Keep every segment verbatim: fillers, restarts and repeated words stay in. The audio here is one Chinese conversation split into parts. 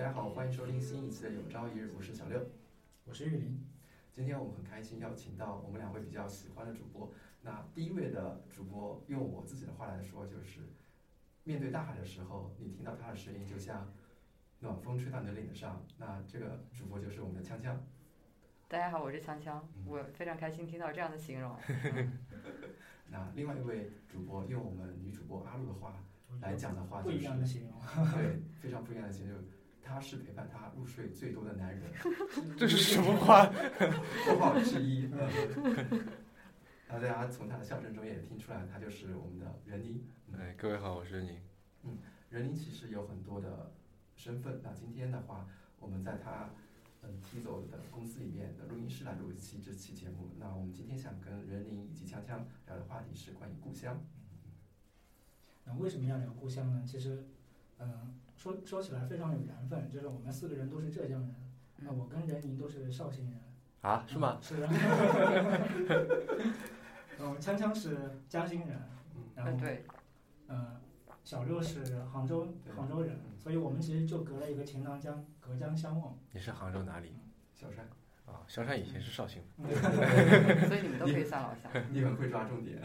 家好，欢迎收听新一期的有朝一日，我是小六， 我是玉林。 今天我们很开心邀请到我们两位比较喜欢的主播。那第一位的主播，用我自己的话来说，就是面对大海的时候，你听到他的声音就像暖风吹到你的脸上。那这个主播就是我们的锵锵。 大家好，我是锵锵，我非常开心听到这样的形容。 嗯、那另外一位主播，用我们女主播阿露的话来讲的话，就是不一样的形容， 对，非常不一样的形容。他是陪伴他入睡最多的男人。 这是什么话？ 括号之一。然后大家从他的笑声中也听出来，他就是我们的任宁。 哎，各位好，我是任宁。 嗯，任宁其实有很多的身份。那今天的话，我们在他嗯 T 走的公司里面的录音室来录一期这期节目。那我们今天想跟任宁以及锵锵聊的话题是关于故乡。 那为什么要聊故乡呢？其实，嗯，说说起来非常有缘分，就是我们四个人都是浙江人。那我跟任宁都是绍兴人。 啊？是吗？ 嗯、是。嗯，锵锵是嘉兴人，然后对， 嗯，小六是杭州杭州人，所以我们其实就隔了一个钱塘江，隔江相望。 你是杭州哪里？ 萧山。 啊，萧山以前是绍兴。 所以你们都可以算老乡。 你很会抓重点。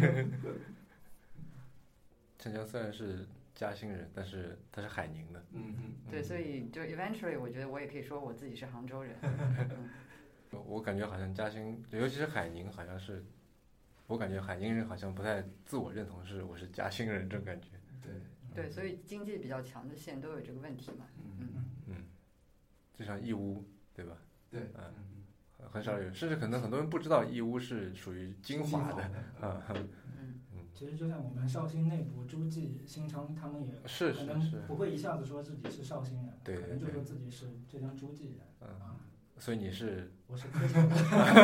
锵锵虽然是嘉兴人，但是他是海宁的。 嗯嗯。 对，所以就 eventually 我觉得我也可以说我自己是杭州人。嗯、 我感觉好像嘉兴，尤其是海宁，好像是，我感觉海宁人好像不太自我认同是我是嘉兴人这种感觉。 对。 对，所以经济比较强的县都有这个问题嘛。 嗯嗯嗯。就像义乌，对吧？ 对。 嗯。很少有，甚至可能很多人不知道义乌是属于金华的。啊。 其实就像我们绍兴内部，诸暨、新昌，他们也是可能不会一下子说自己是绍兴人， 对， 可能就说自己是浙江诸暨人。 嗯啊，所以你是？ 我是科强。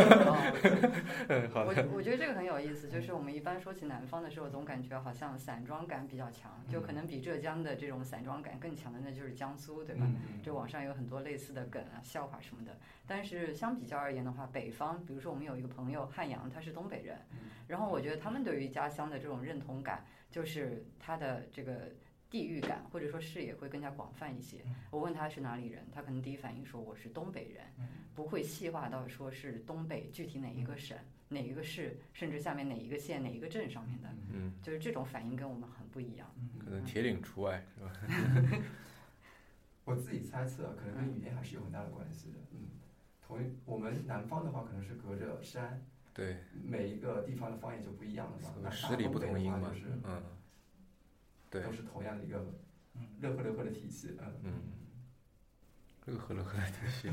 好的。 我我觉得这个很有意思，就是我们一般说起南方的时候，总感觉好像散装感比较强，就可能比浙江的这种散装感更强的，那就是江苏，对吧？ 嗯、 这网上有很多类似的梗啊、笑话什么的。但是相比较而言的话，北方，比如说我们有一个朋友汉阳，他是东北人，然后我觉得他们对于家乡的这种认同感，就是他的这个地域感或者说视野会更加广泛一些。我问他是哪里人，他可能第一反应说我是东北人，不会细化到说是东北具体哪一个省、哪一个市，甚至下面哪一个县、哪一个镇上面的。 嗯， 就是这种反应跟我们很不一样。 可能铁岭除外，是吧？ 我自己猜测，可能跟语言还是有很大的关系的。嗯，同一我们南方的话，可能是隔着山。 对， 每一个地方的方言就不一样了嘛， 十里不同音嘛， 就是嗯，对， 都是同样的一个乐呵乐呵的体系，嗯嗯，乐呵乐呵的体系，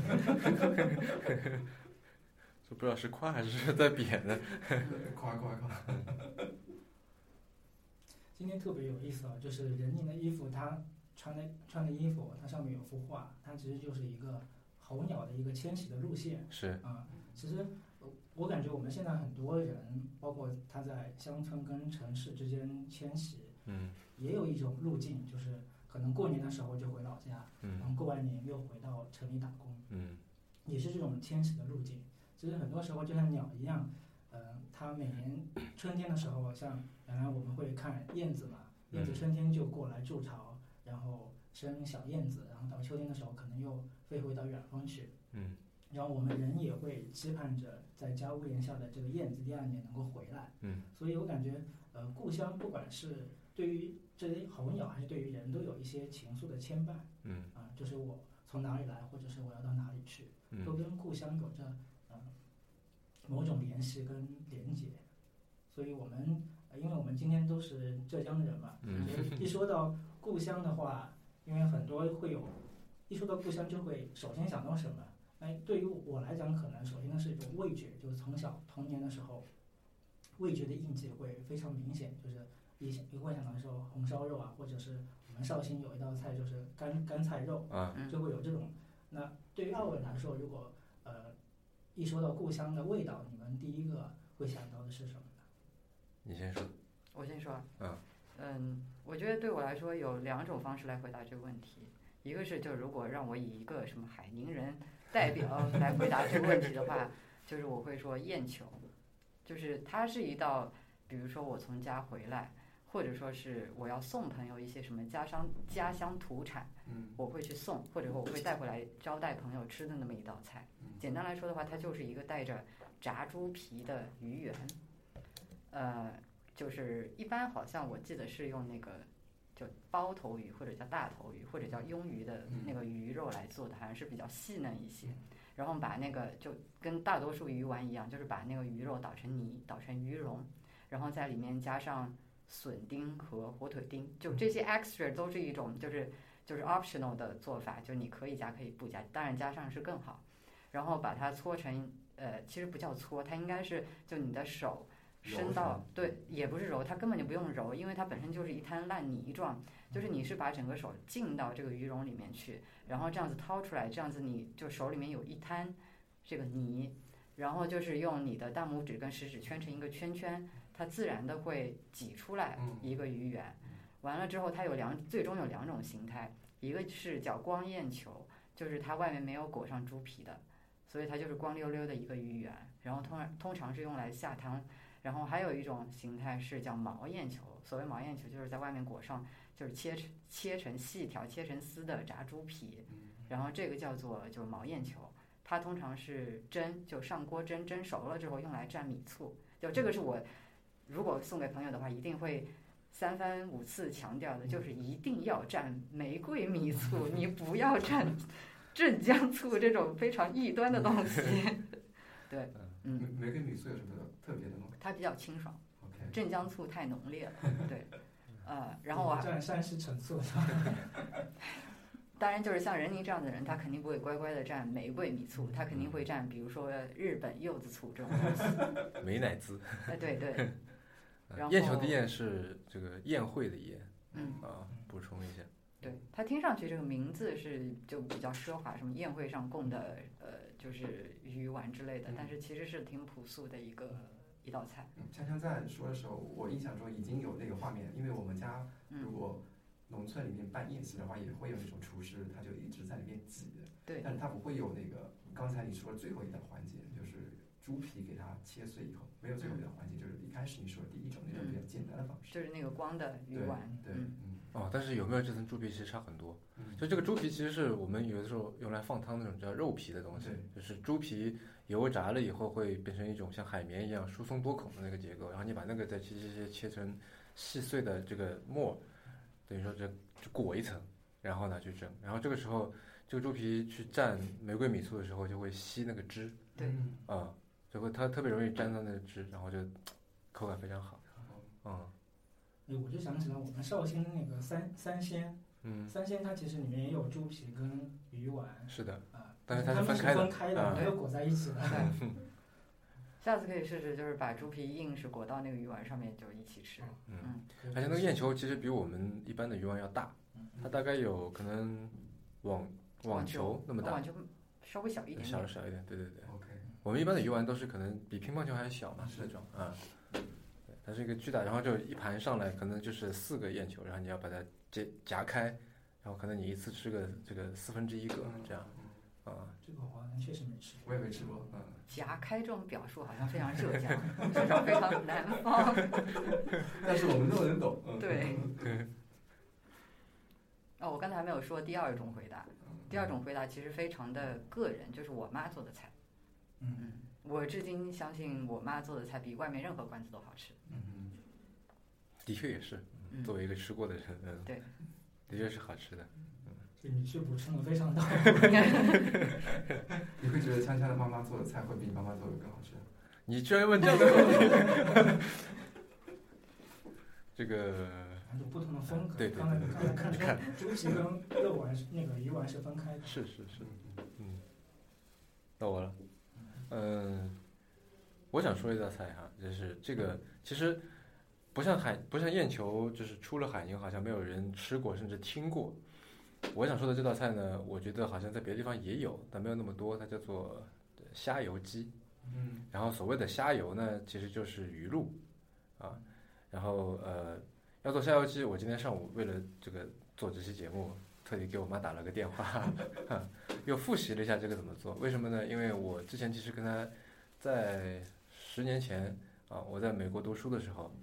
就不知道是夸还是在贬呢？ 夸夸夸。 今天特别有意思啊，就是任宁的衣服，他穿的穿的衣服，它上面有幅画，它其实就是一个候鸟的一个迁徙的路线。 是啊、嗯，其实。我感觉我们现在很多人，包括他在乡村跟城市之间迁徙， 嗯， 也有一种路径，就是可能过年的时候就回老家， 嗯， 然后过完年又回到城里打工， 嗯， 也是这种迁徙的路径。其实很多时候就像鸟一样，呃，它每年春天的时候，像原来我们会看燕子嘛，燕子春天就过来筑巢，然后生小燕子，然后到秋天的时候可能又飞回到远方去， 嗯。 然后我们人也会期盼着在家屋檐下的这个燕子第二年能够回来， 嗯， 所以我感觉，呃，故乡不管是对于这些候鸟还是对于人都有一些情愫的牵绊， 嗯， 啊、呃，就是我从哪里来，或者是我要到哪里去， 嗯、 都跟故乡有着呃某种联系跟连结，所以我们、呃，因为我们今天都是浙江人嘛， 嗯， 所以一说到故乡的话，因为很多会有，一说到故乡就会首先想到什么？哎，对于我来讲，可能首先呢是一种味觉，就是从小童年的时候，味觉的印记会非常明显，就是一一会想到说红烧肉啊，或者是我们绍兴有一道菜就是干干菜肉啊， 就会有这种。那对于二位来说，如果呃一说到故乡的味道，你们第一个会想到的是什么呢？ 你先说。 我先说。 嗯。 嗯，我觉得对我来说有两种方式来回答这个问题，一个是就是如果让我以一个什么海宁人代表来回答这个问题的话，就是我会说雁球，就是它是一道，比如说我从家回来， 或者说是我要送朋友一些什么家乡家乡土产， 嗯我会去送，或者说我会带回来招待朋友吃的那么一道菜。简单来说的话，它就是一个带着炸猪皮的鱼圆，呃，就是一般好像我记得是用那个就包头鱼或者叫大头鱼或者叫鳙鱼的那个鱼肉来做的，好像是比较细嫩一些。然后把那个就跟大多数鱼丸一样，就是把那个鱼肉捣成泥，捣成鱼蓉，然后在里面加上笋丁和火腿丁，就这些 extra 都是一种就是就是 optional 的做法，就你可以加可以不加，当然加上是更好。然后把它搓成呃，其实不叫搓，它应该是就你的手伸到，对，也不是揉，它根本就不用揉，因为它本身就是一滩烂泥状，就是你是把整个手浸到这个鱼蓉里面去，然后这样子掏出来，这样子你就手里面有一滩这个泥，然后就是用你的大拇指跟食指圈成一个圈圈，它自然的会挤出来一个鱼圆。完了之后，它有两，最终有两种形态，一个是叫光焰球，就是它外面没有裹上猪皮的，所以它就是光溜溜的一个鱼圆，然后通常通常是用来下汤。然后还有一种形态是叫毛焰球，所谓毛焰球就是在外面裹上就是切成切成细条切成丝的炸猪皮，然后这个叫做就是毛焰球，它通常是蒸，就上锅蒸，蒸熟了之后用来蘸米醋，就这个是我如果送给朋友的话一定会三番五次强调的，就是一定要蘸玫瑰米醋，你不要蘸镇江醋这种非常异端的东西。对，嗯， 玫瑰米醋有什么特别的吗？ 它比较清爽。 OK， 镇江醋太浓烈了，对，呃，然后我蘸山西陈醋。 当然就是像任宁这样的人，他肯定不会乖乖的蘸玫瑰米醋，他肯定会蘸比如说日本柚子醋这种东西。 美乃滋。 哎，对对。然后燕球的燕是这个宴会的宴， 嗯啊，补充一下。 对，它听上去这个名字是就比较奢华，什么宴会上供的呃就是鱼丸之类的，但是其实是挺朴素的一个一道菜。 嗯，锵锵在说的时候，我印象中已经有那个画面，因为我们家如果农村里面办宴席的话，也会有那种厨师，他就一直在里面挤， 对， 但是他不会有那个刚才你说的最后一道环节，就是猪皮给它切碎以后，没有最后一道环节，就是一开始你说的第一种那种比较简单的方式， 就是那个光的鱼丸。 对，对嗯。 哦，但是有没有这层猪皮其实差很多。就这个猪皮其实是我们有的时候用来放汤那种叫肉皮的东西，就是猪皮油炸了以后会变成一种像海绵一样疏松多孔的那个结构，然后你把那个再切切切切成细碎的这个末，等于说这就裹一层，然后拿去蒸，然后这个时候这个猪皮去蘸玫瑰米醋的时候就会吸那个汁， 对， 啊、嗯，就会它特别容易沾到那个汁，然后就口感非常好，嗯。 哎，我就想起来我们绍兴那个三三鲜， 嗯， 三鲜它其实里面也有猪皮跟鱼丸， 是的， 啊， 但是它是分开的， 分开的，没有裹在一起的。 下次可以试试，就是把猪皮硬是裹到那个鱼丸上面就一起吃。 嗯，而且那个燕球其实比我们一般的鱼丸要大，它大概有可能网网球那么大， 网球稍微小一点点， 小小一点，对对对。 OK， 我们一般的鱼丸都是可能比乒乓球还小嘛，那种啊。它是一个巨大，然后就一盘上来，可能就是四个燕球，然后你要把它夹夹开，然后可能你一次吃个这个四分之一个这样，啊。 这个华南确实没吃过， 我也没吃过。嗯， 夹开这种表述好像非常浙江，非常非常南方。 但是我们都能懂。 对。哦，我刚才还没有说第二种回答，第二种回答其实非常的个人，就是我妈做的菜。 嗯。 我至今相信我妈做的菜比外面任何馆子都好吃。 嗯， 的确也是，作为一个吃过的人，嗯， 对， 的确是好吃的。 这你是补充的非常到位。 你会觉得锵锵的妈妈做的菜会比你妈妈做的更好吃？ 你居然问这样的问题！这个有不同的风格。 对对对， 刚才刚才看出猪皮跟肉丸那个鱼丸是分开的。 是是是，嗯，到我了。嗯，我想说一道菜哈，就是这个其实不像海不像燕球，就是出了海宁好像没有人吃过甚至听过。我想说的这道菜呢，我觉得好像在别的地方也有，但没有那么多。它叫做虾油鸡。 嗯， 然后所谓的虾油呢，其实就是鱼露啊。然后呃，要做虾油鸡，我今天上午为了这个做这期节目，特地给我妈打了个电话，又复习了一下这个怎么做。为什么呢？因为我之前其实跟她在十年前啊，我在美国读书的时候，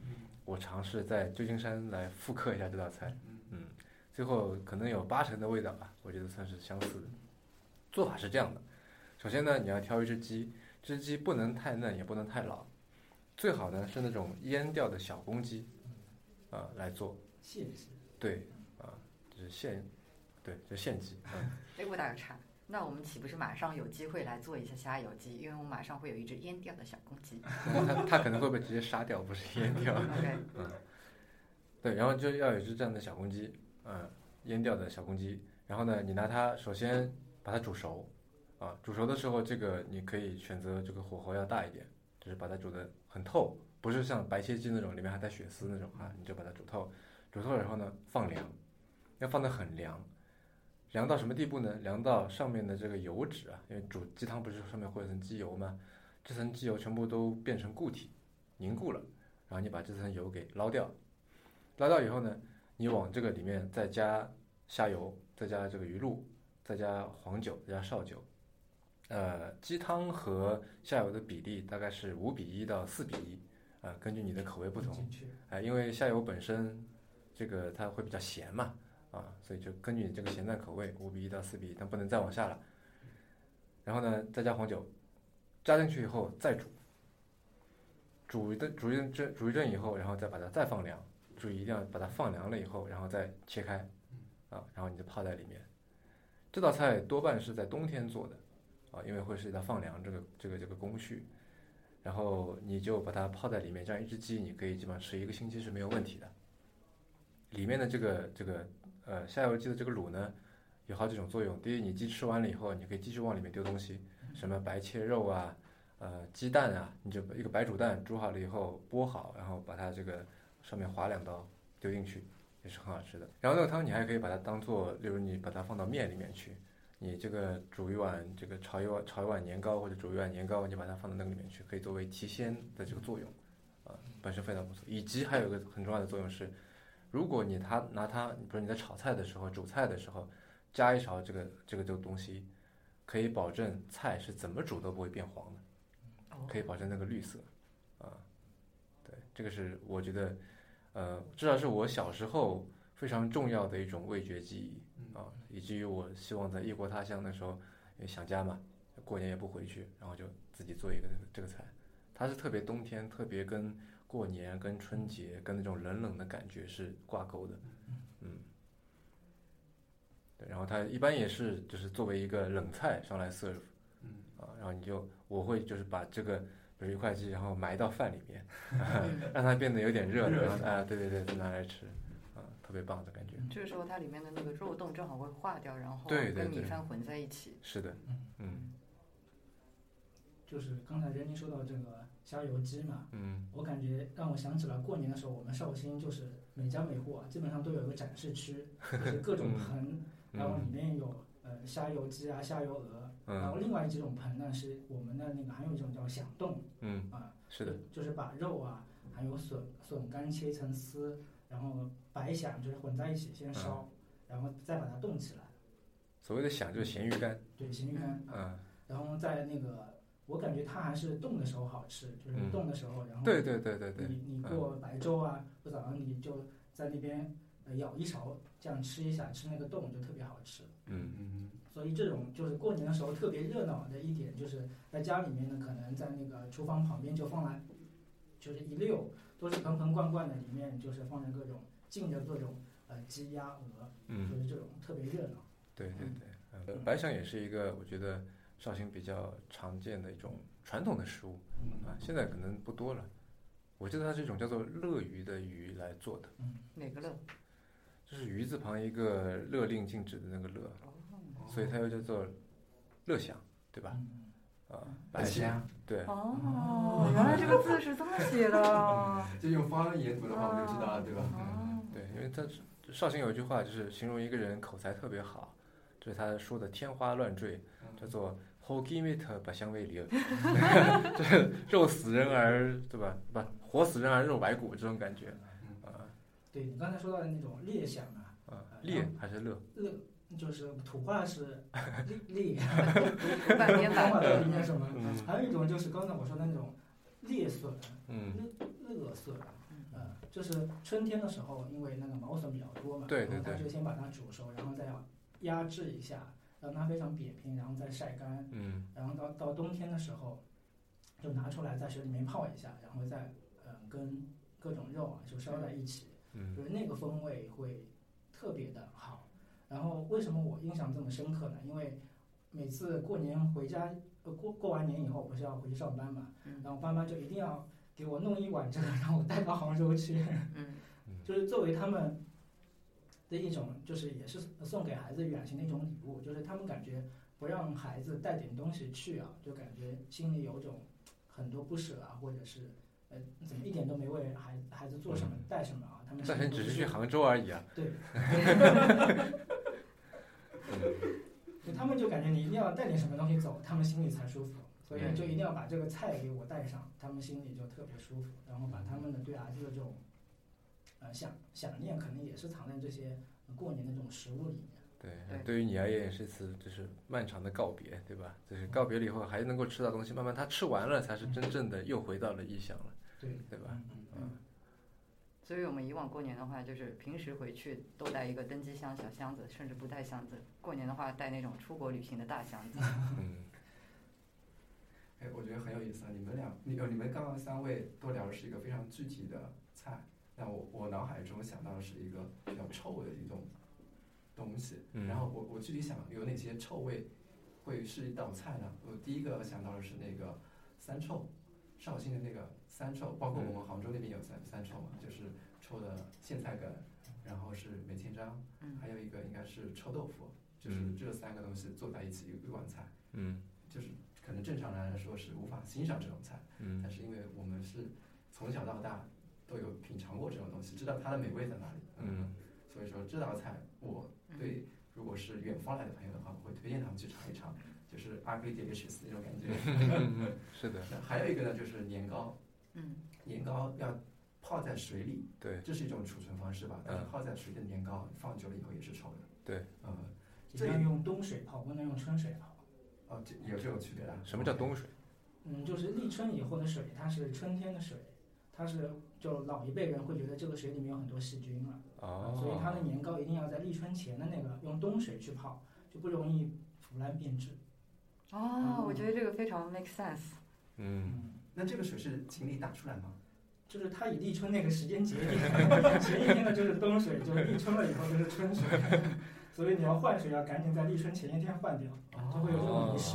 我尝试在旧金山来复刻一下这道菜，嗯，最后可能有八成的味道吧，我觉得算是相似的。做法是这样的，首先呢，你要挑一只鸡，这只鸡不能太嫩，也不能太老，最好呢是那种阉掉的小公鸡，啊、来做。 现鸡。 对，啊，就是现，对，就现鸡。嗯。 哎，我打个岔。那我们岂不是马上有机会来做一下虾油鸡？因为我马上会有一只阉掉的小公鸡。 他他可能会被直接杀掉，不是阉掉。 OK。 嗯。对，然后就要有一只这样的小公鸡，嗯，阉掉的小公鸡。然后呢，你拿它首先把它煮熟，啊，煮熟的时候，这个你可以选择这个火候要大一点，就是把它煮得很透，不是像白切鸡那种里面还带血丝那种啊，你就把它煮透。煮透了以后呢，放凉，要放得很凉。凉到什么地步呢？凉到上面的这个油脂啊，因为煮鸡汤不是上面会有层鸡油吗？这层鸡油全部都变成固体，凝固了，然后你把这层油给捞掉，捞掉以后呢，你往这个里面再加虾油，再加这个鱼露，再加黄酒，再加绍酒。呃，鸡汤和虾油的比例大概是五比一到四比一，啊，根据你的口味不同，哎、呃，因为虾油本身这个它会比较咸嘛。啊，所以就根据你这个咸淡口味，五比一到四比一，但不能再往下了。然后呢，再加黄酒，加进去以后再煮，煮一顿煮一阵煮一阵以后，然后再把它再放凉，注意一定要把它放凉了以后，然后再切开，啊，然后你就泡在里面。这道菜多半是在冬天做的，啊，因为会涉及到放凉这个这个这个工序。然后你就把它泡在里面，这样一只鸡你可以基本上吃一个星期是没有问题的。里面的这个这个。呃，虾油鸡的这个卤呢，有好几种作用。第一，你鸡吃完了以后，你可以继续往里面丢东西，什么白切肉啊，呃，鸡蛋啊，你就一个白煮蛋煮好了以后剥好，然后把它这个上面划两刀丢进去，也是很好吃的。然后那个汤你还可以把它当做，例如你把它放到面里面去，你这个煮一碗这个炒一碗炒一碗年糕或者煮一碗年糕，你把它放到那个里面去，可以作为提鲜的这个作用，啊、呃，本身非常不错。以及还有一个很重要的作用是。如果你他拿它，比如你在炒菜的时候、煮菜的时候，加一勺这个这个这个东西，可以保证菜是怎么煮都不会变黄的，可以保证那个绿色，啊，对，这个是我觉得，呃，至少是我小时候非常重要的一种味觉记忆啊，以至于我希望在异国他乡的时候，因为想家嘛，过年也不回去，然后就自己做一个这个菜，它是特别冬天，特别跟。过年跟春节跟那种冷冷的感觉是挂钩的，嗯，对，然后它一般也是就是作为一个冷菜上来 serve， 嗯，啊，然后你就我会就是把这个比如一块鸡，然后埋到饭里面，让它变得有点热，然后啊，对对对，再拿来吃，啊，特别棒的感觉。 这个时候它里面的那个肉冻正好会化掉，然后跟米饭混在一起。 是的，嗯。 就是刚才任宁说到这个虾油鸡嘛， 嗯， 我感觉让我想起了过年的时候，我们绍兴就是每家每户啊，基本上都有一个展示区，就是各种盆，嗯、然后里面有呃虾油鸡啊、虾油鹅，嗯、然后另外几种盆呢是我们的那个还有一种叫响冻， 嗯啊， 是的， 就是把肉啊还有笋笋干切成丝，然后白响就是混在一起先烧，嗯、然后再把它冻起来。 所谓的响就是咸鱼干， 对，咸鱼干， 嗯， 然后在那个。我感觉它还是冻的时候好吃，就是你冻的时候，嗯、然后对对对对对， 你你过白粥啊，或早上你就在那边呃舀一勺，这样吃一下，吃那个冻就特别好吃。 嗯嗯。 所以这种就是过年的时候特别热闹的一点，就是在家里面呢，可能在那个厨房旁边就放了，就是一溜都是盆盆罐罐的，里面就是放着各种浸着各种呃鸡鸭鹅，嗯，就是这种特别热闹。 对对对，嗯呃、白响也是一个我觉得。绍兴比较常见的一种传统的食物啊，现在可能不多了。我记得它是一种叫做乐鱼的鱼来做的。 嗯，哪个乐？ 就是鱼字旁一个勒令禁止的那个勒，所以它又叫做乐响，对吧？啊，白香，对。 哦，原来这个字是这么写的。 就用方言读的话，我们就知道了，对吧？ 嗯，对，因为它绍兴有一句话，就是形容一个人口才特别好，就是他说的天花乱坠，叫做。火鸡米特白香味里，就是肉死人而对吧？不，活死人而肉白骨这种感觉啊。 对你刚才说到的那种烈响啊， 啊，烈还是乐？ 乐就是土话是烈， 土半边方法在里面什么？还有一种就是刚才我说的那种烈笋， 嗯， 乐乐笋，嗯， 就是春天的时候，因为那个毛笋比较多嘛， 对对对， 然后他就先把它煮熟，然后再压制一下，让它非常扁平，然后再晒干。 嗯， 然后到到冬天的时候，就拿出来在水里面泡一下，然后再嗯跟各种肉啊就烧在一起， 嗯， 就是那个风味会特别的好。然后为什么我印象这么深刻呢？因为每次过年回家，呃过过完年以后不是要回去上班嘛，然后爸妈就一定要给我弄一碗这个，让我带到杭州去， 嗯， 就是作为他们的一种，就是也是送给孩子远行的一种礼物，就是他们感觉不让孩子带点东西去啊，就感觉心里有种很多不舍啊，或者是呃怎么一点都没为孩孩子做什么带什么啊，他们但是只是去杭州而已啊。 对。就他们就感觉你一定要带点什么东西走，他们心里才舒服，所以就一定要把这个菜给我带上，他们心里就特别舒服。然后把他们的对孩子的这种呃想想念，可能也是藏在这些过年的这种食物里面。 对，对于你而言也是一次就是漫长的告别，对吧？就是告别了以后还能够吃到东西，慢慢他吃完了，才是真正的又回到了异乡了， 对， 对吧？ 嗯嗯。 所以我们以往过年的话，就是平时回去都带一个登机箱、小箱子，甚至不带箱子。过年的话，带那种出国旅行的大箱子。 嗯。 哎，我觉得很有意思啊！你们俩，你你们刚刚三位都聊的是一个非常具体的菜，那我我脑海中想到的是一个比较臭的一种东西。 嗯。 然后我我具体想有哪些臭味会是一道菜呢？我第一个想到的是那个三臭。绍兴的那个三臭，包括我们杭州那边有三三臭嘛，就是臭的苋菜梗，然后是梅千张，还有一个应该是臭豆腐，就是这三个东西做在一起一碗菜， 嗯， 就是可能正常人来说是无法欣赏这种菜， 嗯， 但是因为我们是从小到大都有品尝过这种东西，知道它的美味在哪里，嗯，所以说这道菜我对如果是远方来的朋友的话，我会推荐他们去尝一尝。就是 ugly delicious 那种感觉。 是的。 还有一个呢，就是年糕。 嗯。 年糕要泡在水里。 对。 这是一种储存方式吧？但是泡在水里的年糕放久了以后也是臭的。 对。 呃， 这要用冬水泡，不能用春水泡。 哦，这有这种区别的。 什么叫冬水？ 嗯，就是立春以后的水，它是春天的水，它是就老一辈人会觉得这个水里面有很多细菌嘛。 哦。 所以它的年糕一定要在立春前的那个用冬水去泡，就不容易腐烂变质。 哦，我觉得这个非常 make sense。 嗯， 那这个水是井里打出来吗？ 就是它以立春那个时间节点，前一天的就是冬水，就立春了以后就是春水，所以你要换水要赶紧在立春前一天换掉，就会有这种仪式。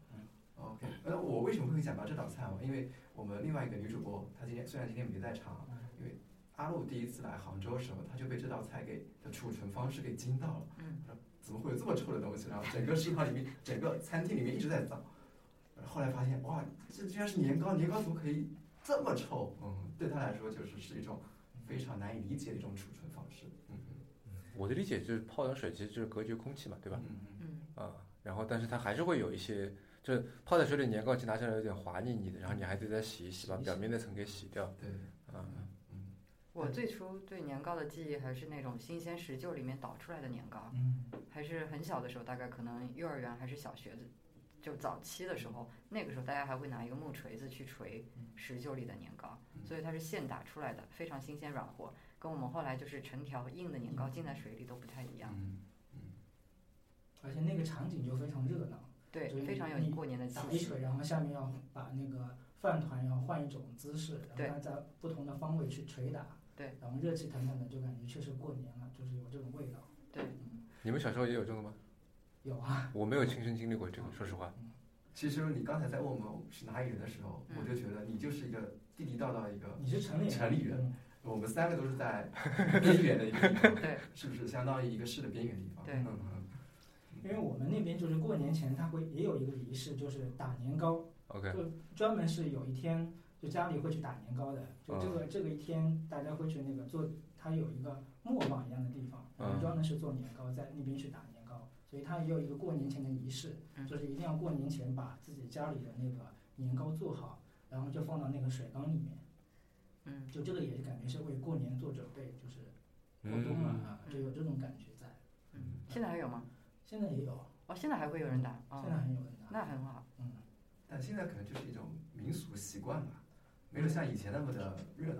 OK，呃，我为什么会讲到这道菜嘛？因为我们另外一个女主播，她今天虽然今天没在场，因为阿路第一次来杭州的时候，她就被这道菜给的储存方式给惊到了。 嗯。 怎么会有这么臭的东西？然后整个食堂里面，整个餐厅里面一直在找。后来发现，哇，这居然是年糕，年糕怎么可以这么臭？嗯，对他来说就是是一种非常难以理解的一种储存方式。嗯嗯。我的理解就是泡点水其实就是隔绝空气嘛，对吧？ 嗯嗯。 啊，然后但是它还是会有一些，就是泡在水里年糕，其实拿下来有点滑腻腻的，然后你还得再洗一洗，把表面那层给洗掉。 对。 啊。 我最初对年糕的记忆还是那种新鲜石臼里面捣出来的年糕， 嗯， 还是很小的时候，大概可能幼儿园还是小学的，就早期的时候，那个时候大家还会拿一个木锤子去锤石臼里的年糕，所以它是现打出来的，非常新鲜软和，跟我们后来就是成条硬的年糕浸在水里都不太一样。 嗯嗯。 而且那个场景就非常热闹， 对，非常有你过年的气息。 打一锤，然后下面要把那个饭团要换一种姿势，然后它在不同的方位去捶打。 对， 然后热气腾腾的，就感觉确实过年了，就是有这种味道。 对， 嗯， 你们小时候也有这个吗？ 有啊， 我没有亲身经历过这个，说实话。 其实你刚才在问我们是哪里人的时候，我就觉得你就是一个地地道道一个。 你是城里人。 城里人，我们三个都是在边缘的一个地方， 对， 是不是相当于一个市的边缘地方？ 对。 嗯嗯。 因为我们那边就是过年前，他会也有一个仪式，就是打年糕。 OK。 就专门是有一天。就家里会去打年糕的，就这个、嗯、这个一天大家会去那个做，它有一个磨坊一样的地方，然后专门是做年糕，在那边去打年糕，所以它也有一个过年前的仪式，就是一定要过年前把自己家里的那个年糕做好，然后就放到那个水缸里面， 嗯， 就这个也感觉是为过年做准备，就是过冬了啊，就有这种感觉在。 嗯，现在还有吗？ 现在也有。 哦，现在还会有人打？ 嗯、现在还有人打。 那很好。 嗯。 但现在可能就是一种民俗习惯吧。没有像以前那么的热闹了。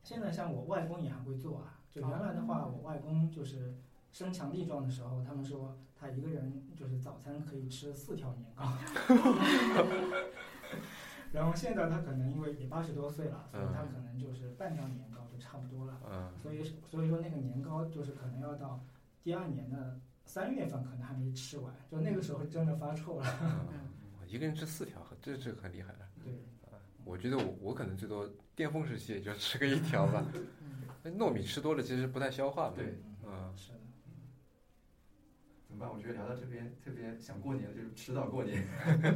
现在像我外公也还会做啊，就原来的话，我外公就是身强力壮的时候，他们说他一个人就是早餐可以吃四条年糕。然后现在他可能因为也八十多岁了，所以他可能就是半条年糕就差不多了。 嗯， 所以所以说那个年糕就是可能要到第二年的三月份可能还没吃完，就那个时候真的发臭了。 嗯，一个人吃四条，这这很厉害了。 对， 啊，我觉得我我可能最多巅峰时期也就吃个一条吧。那糯米吃多了其实不太消化嘛。 对， 嗯， 是的。 怎么办？我觉得聊到这边特别想过年，就是吃到过年。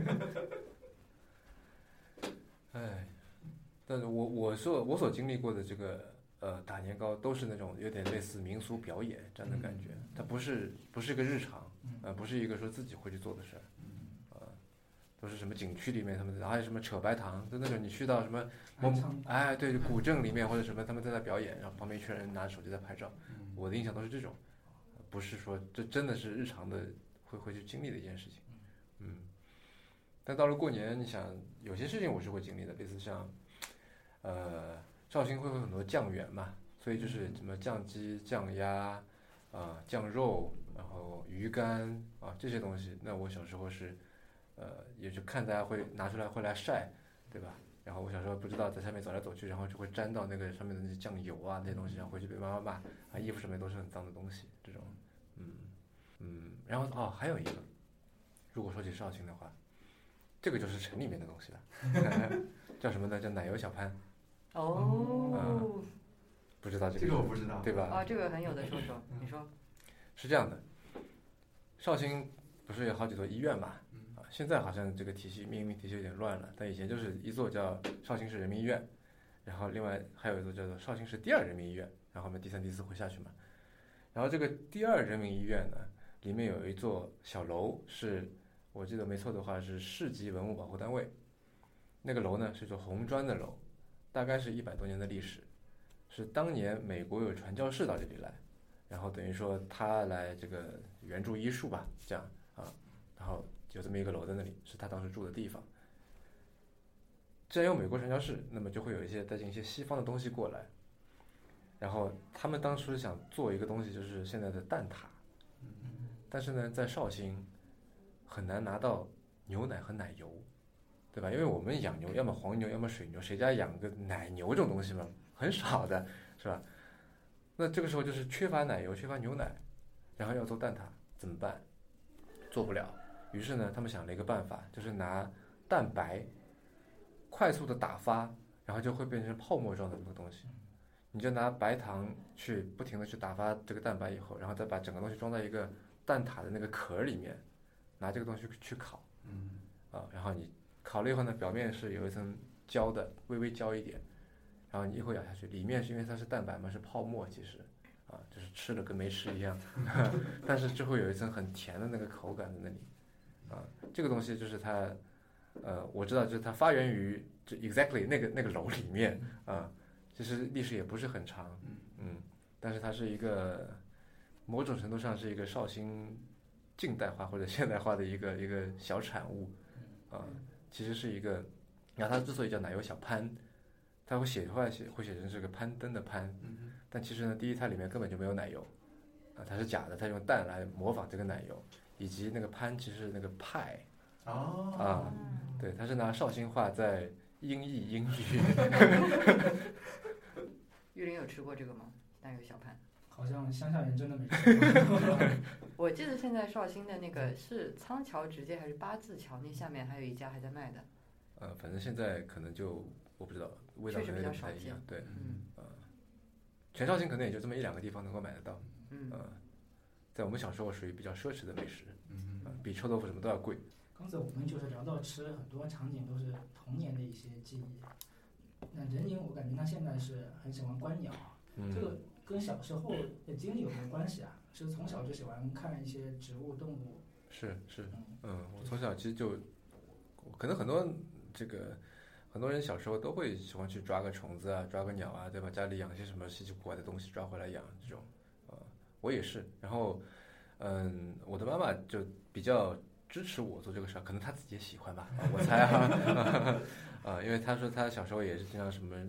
哎，但是我我所我所经历过的这个呃打年糕都是那种有点类似民俗表演这样的感觉，它不是不是一个日常，呃不是一个说自己会去做的事儿，呃都是什么景区里面他们还有什么扯白糖，就那种你去到什么某哎对古镇里面或者什么他们在那表演，然后旁边一群人拿着手机在拍照，我的印象都是这种，不是说这真的是日常的会会去经历的一件事情，嗯。但到了过年，你想有些事情我是会经历的，类似像，呃，绍兴会有很多酱园嘛，所以就是什么酱鸡、酱鸭，啊、呃、酱肉，然后鱼干啊这些东西。那我小时候是，呃，也就看大家会拿出来会来晒，对吧？然后我小时候不知道在下面走来走去，然后就会沾到那个上面的那些酱油啊那些东西，然后回去被妈妈骂，啊衣服上面都是很脏的东西，这种，嗯嗯，然后哦还有一个，如果说起绍兴的话。这个就是城里面的东西了，叫什么呢？叫奶油小潘。 哦、 嗯，不知道这个？ 这个我不知道， 对吧？ 哦，这个很有的说说，你说。 是这样的，绍兴不是有好几座医院嘛？啊，现在好像这个体系命名体系有点乱了，但以前就是一座叫绍兴市人民医院，然后另外还有一座叫做绍兴市第二人民医院，然后后面第三、第四会下去嘛。然后这个第二人民医院呢，里面有一座小楼是。我记得没错的话是市级文物保护单位，那个楼呢是座红砖的楼，大概是一百多年的历史，是当年美国有传教士到这里来，然后等于说他来这个援助医术吧，这样啊，然后有这么一个楼在那里，是他当时住的地方。既然有美国传教士，那么就会有一些带进一些西方的东西过来，然后他们当时想做一个东西，就是现在的蛋挞，但是呢，在绍兴。很难拿到牛奶和奶油，对吧？因为我们养牛，要么黄牛，要么水牛，谁家养个奶牛这种东西嘛，很少的，是吧？那这个时候就是缺乏奶油，缺乏牛奶，然后要做蛋挞，怎么办？做不了。于是呢，他们想了一个办法，就是拿蛋白快速的打发，然后就会变成泡沫状的这个东西。你就拿白糖去不停的去打发这个蛋白以后，然后再把整个东西装在一个蛋挞的那个壳里面。拿这个东西去烤，嗯，啊，然后你烤了以后呢，表面是有一层焦的，微微焦一点，然后你一口咬下去，里面是因为它是蛋白嘛，是泡沫，其实，啊，就是吃了跟没吃一样，但是就会有一层很甜的那个口感在那里，啊，这个东西就是它，呃，我知道就是它发源于就 exactly 那个那个楼里面，啊，其实历史也不是很长，嗯，但是它是一个某种程度上是一个绍兴。近代化或者现代化的一个一个小产物，啊，其实是一个，然后它之所以叫奶油小潘，它会写出来写会写成是个攀登的攀，但其实呢，第一它里面根本就没有奶油，啊，它是假的，它用蛋来模仿这个奶油，以及那个潘其实是那个派， 哦， 啊，对，它是拿绍兴话在音译英语。 玉林有吃过这个吗？奶油小潘？ 好像乡下人真的没吃过。 我记得现在绍兴的那个是仓桥直街还是八字桥那下面还有一家还在卖的。 呃，反正现在可能就我不知道，味道可能有点不太一样。对，嗯，呃，全绍兴可能也就这么一两个地方能够买得到。嗯，呃，在我们小时候属于比较奢侈的美食，嗯、呃，比臭豆腐什么都要贵。 刚才我们就是聊到吃，很多场景都是童年的一些记忆。那任宁，我感觉他现在是很喜欢观鸟，嗯、这个。跟小时候的经历有没有关系啊？是从小就喜欢看一些植物、动物？ 是是，嗯，我从小其实就，可能很多这个很多人小时候都会喜欢去抓个虫子啊，抓个鸟啊，对吧？家里养一些什么稀奇古怪的东西抓回来养这种，啊、呃，我也是。然后，嗯，我的妈妈就比较支持我做这个事儿，可能她自己也喜欢吧，啊、我猜哈、啊，啊，因为她说她小时候也是经常什么。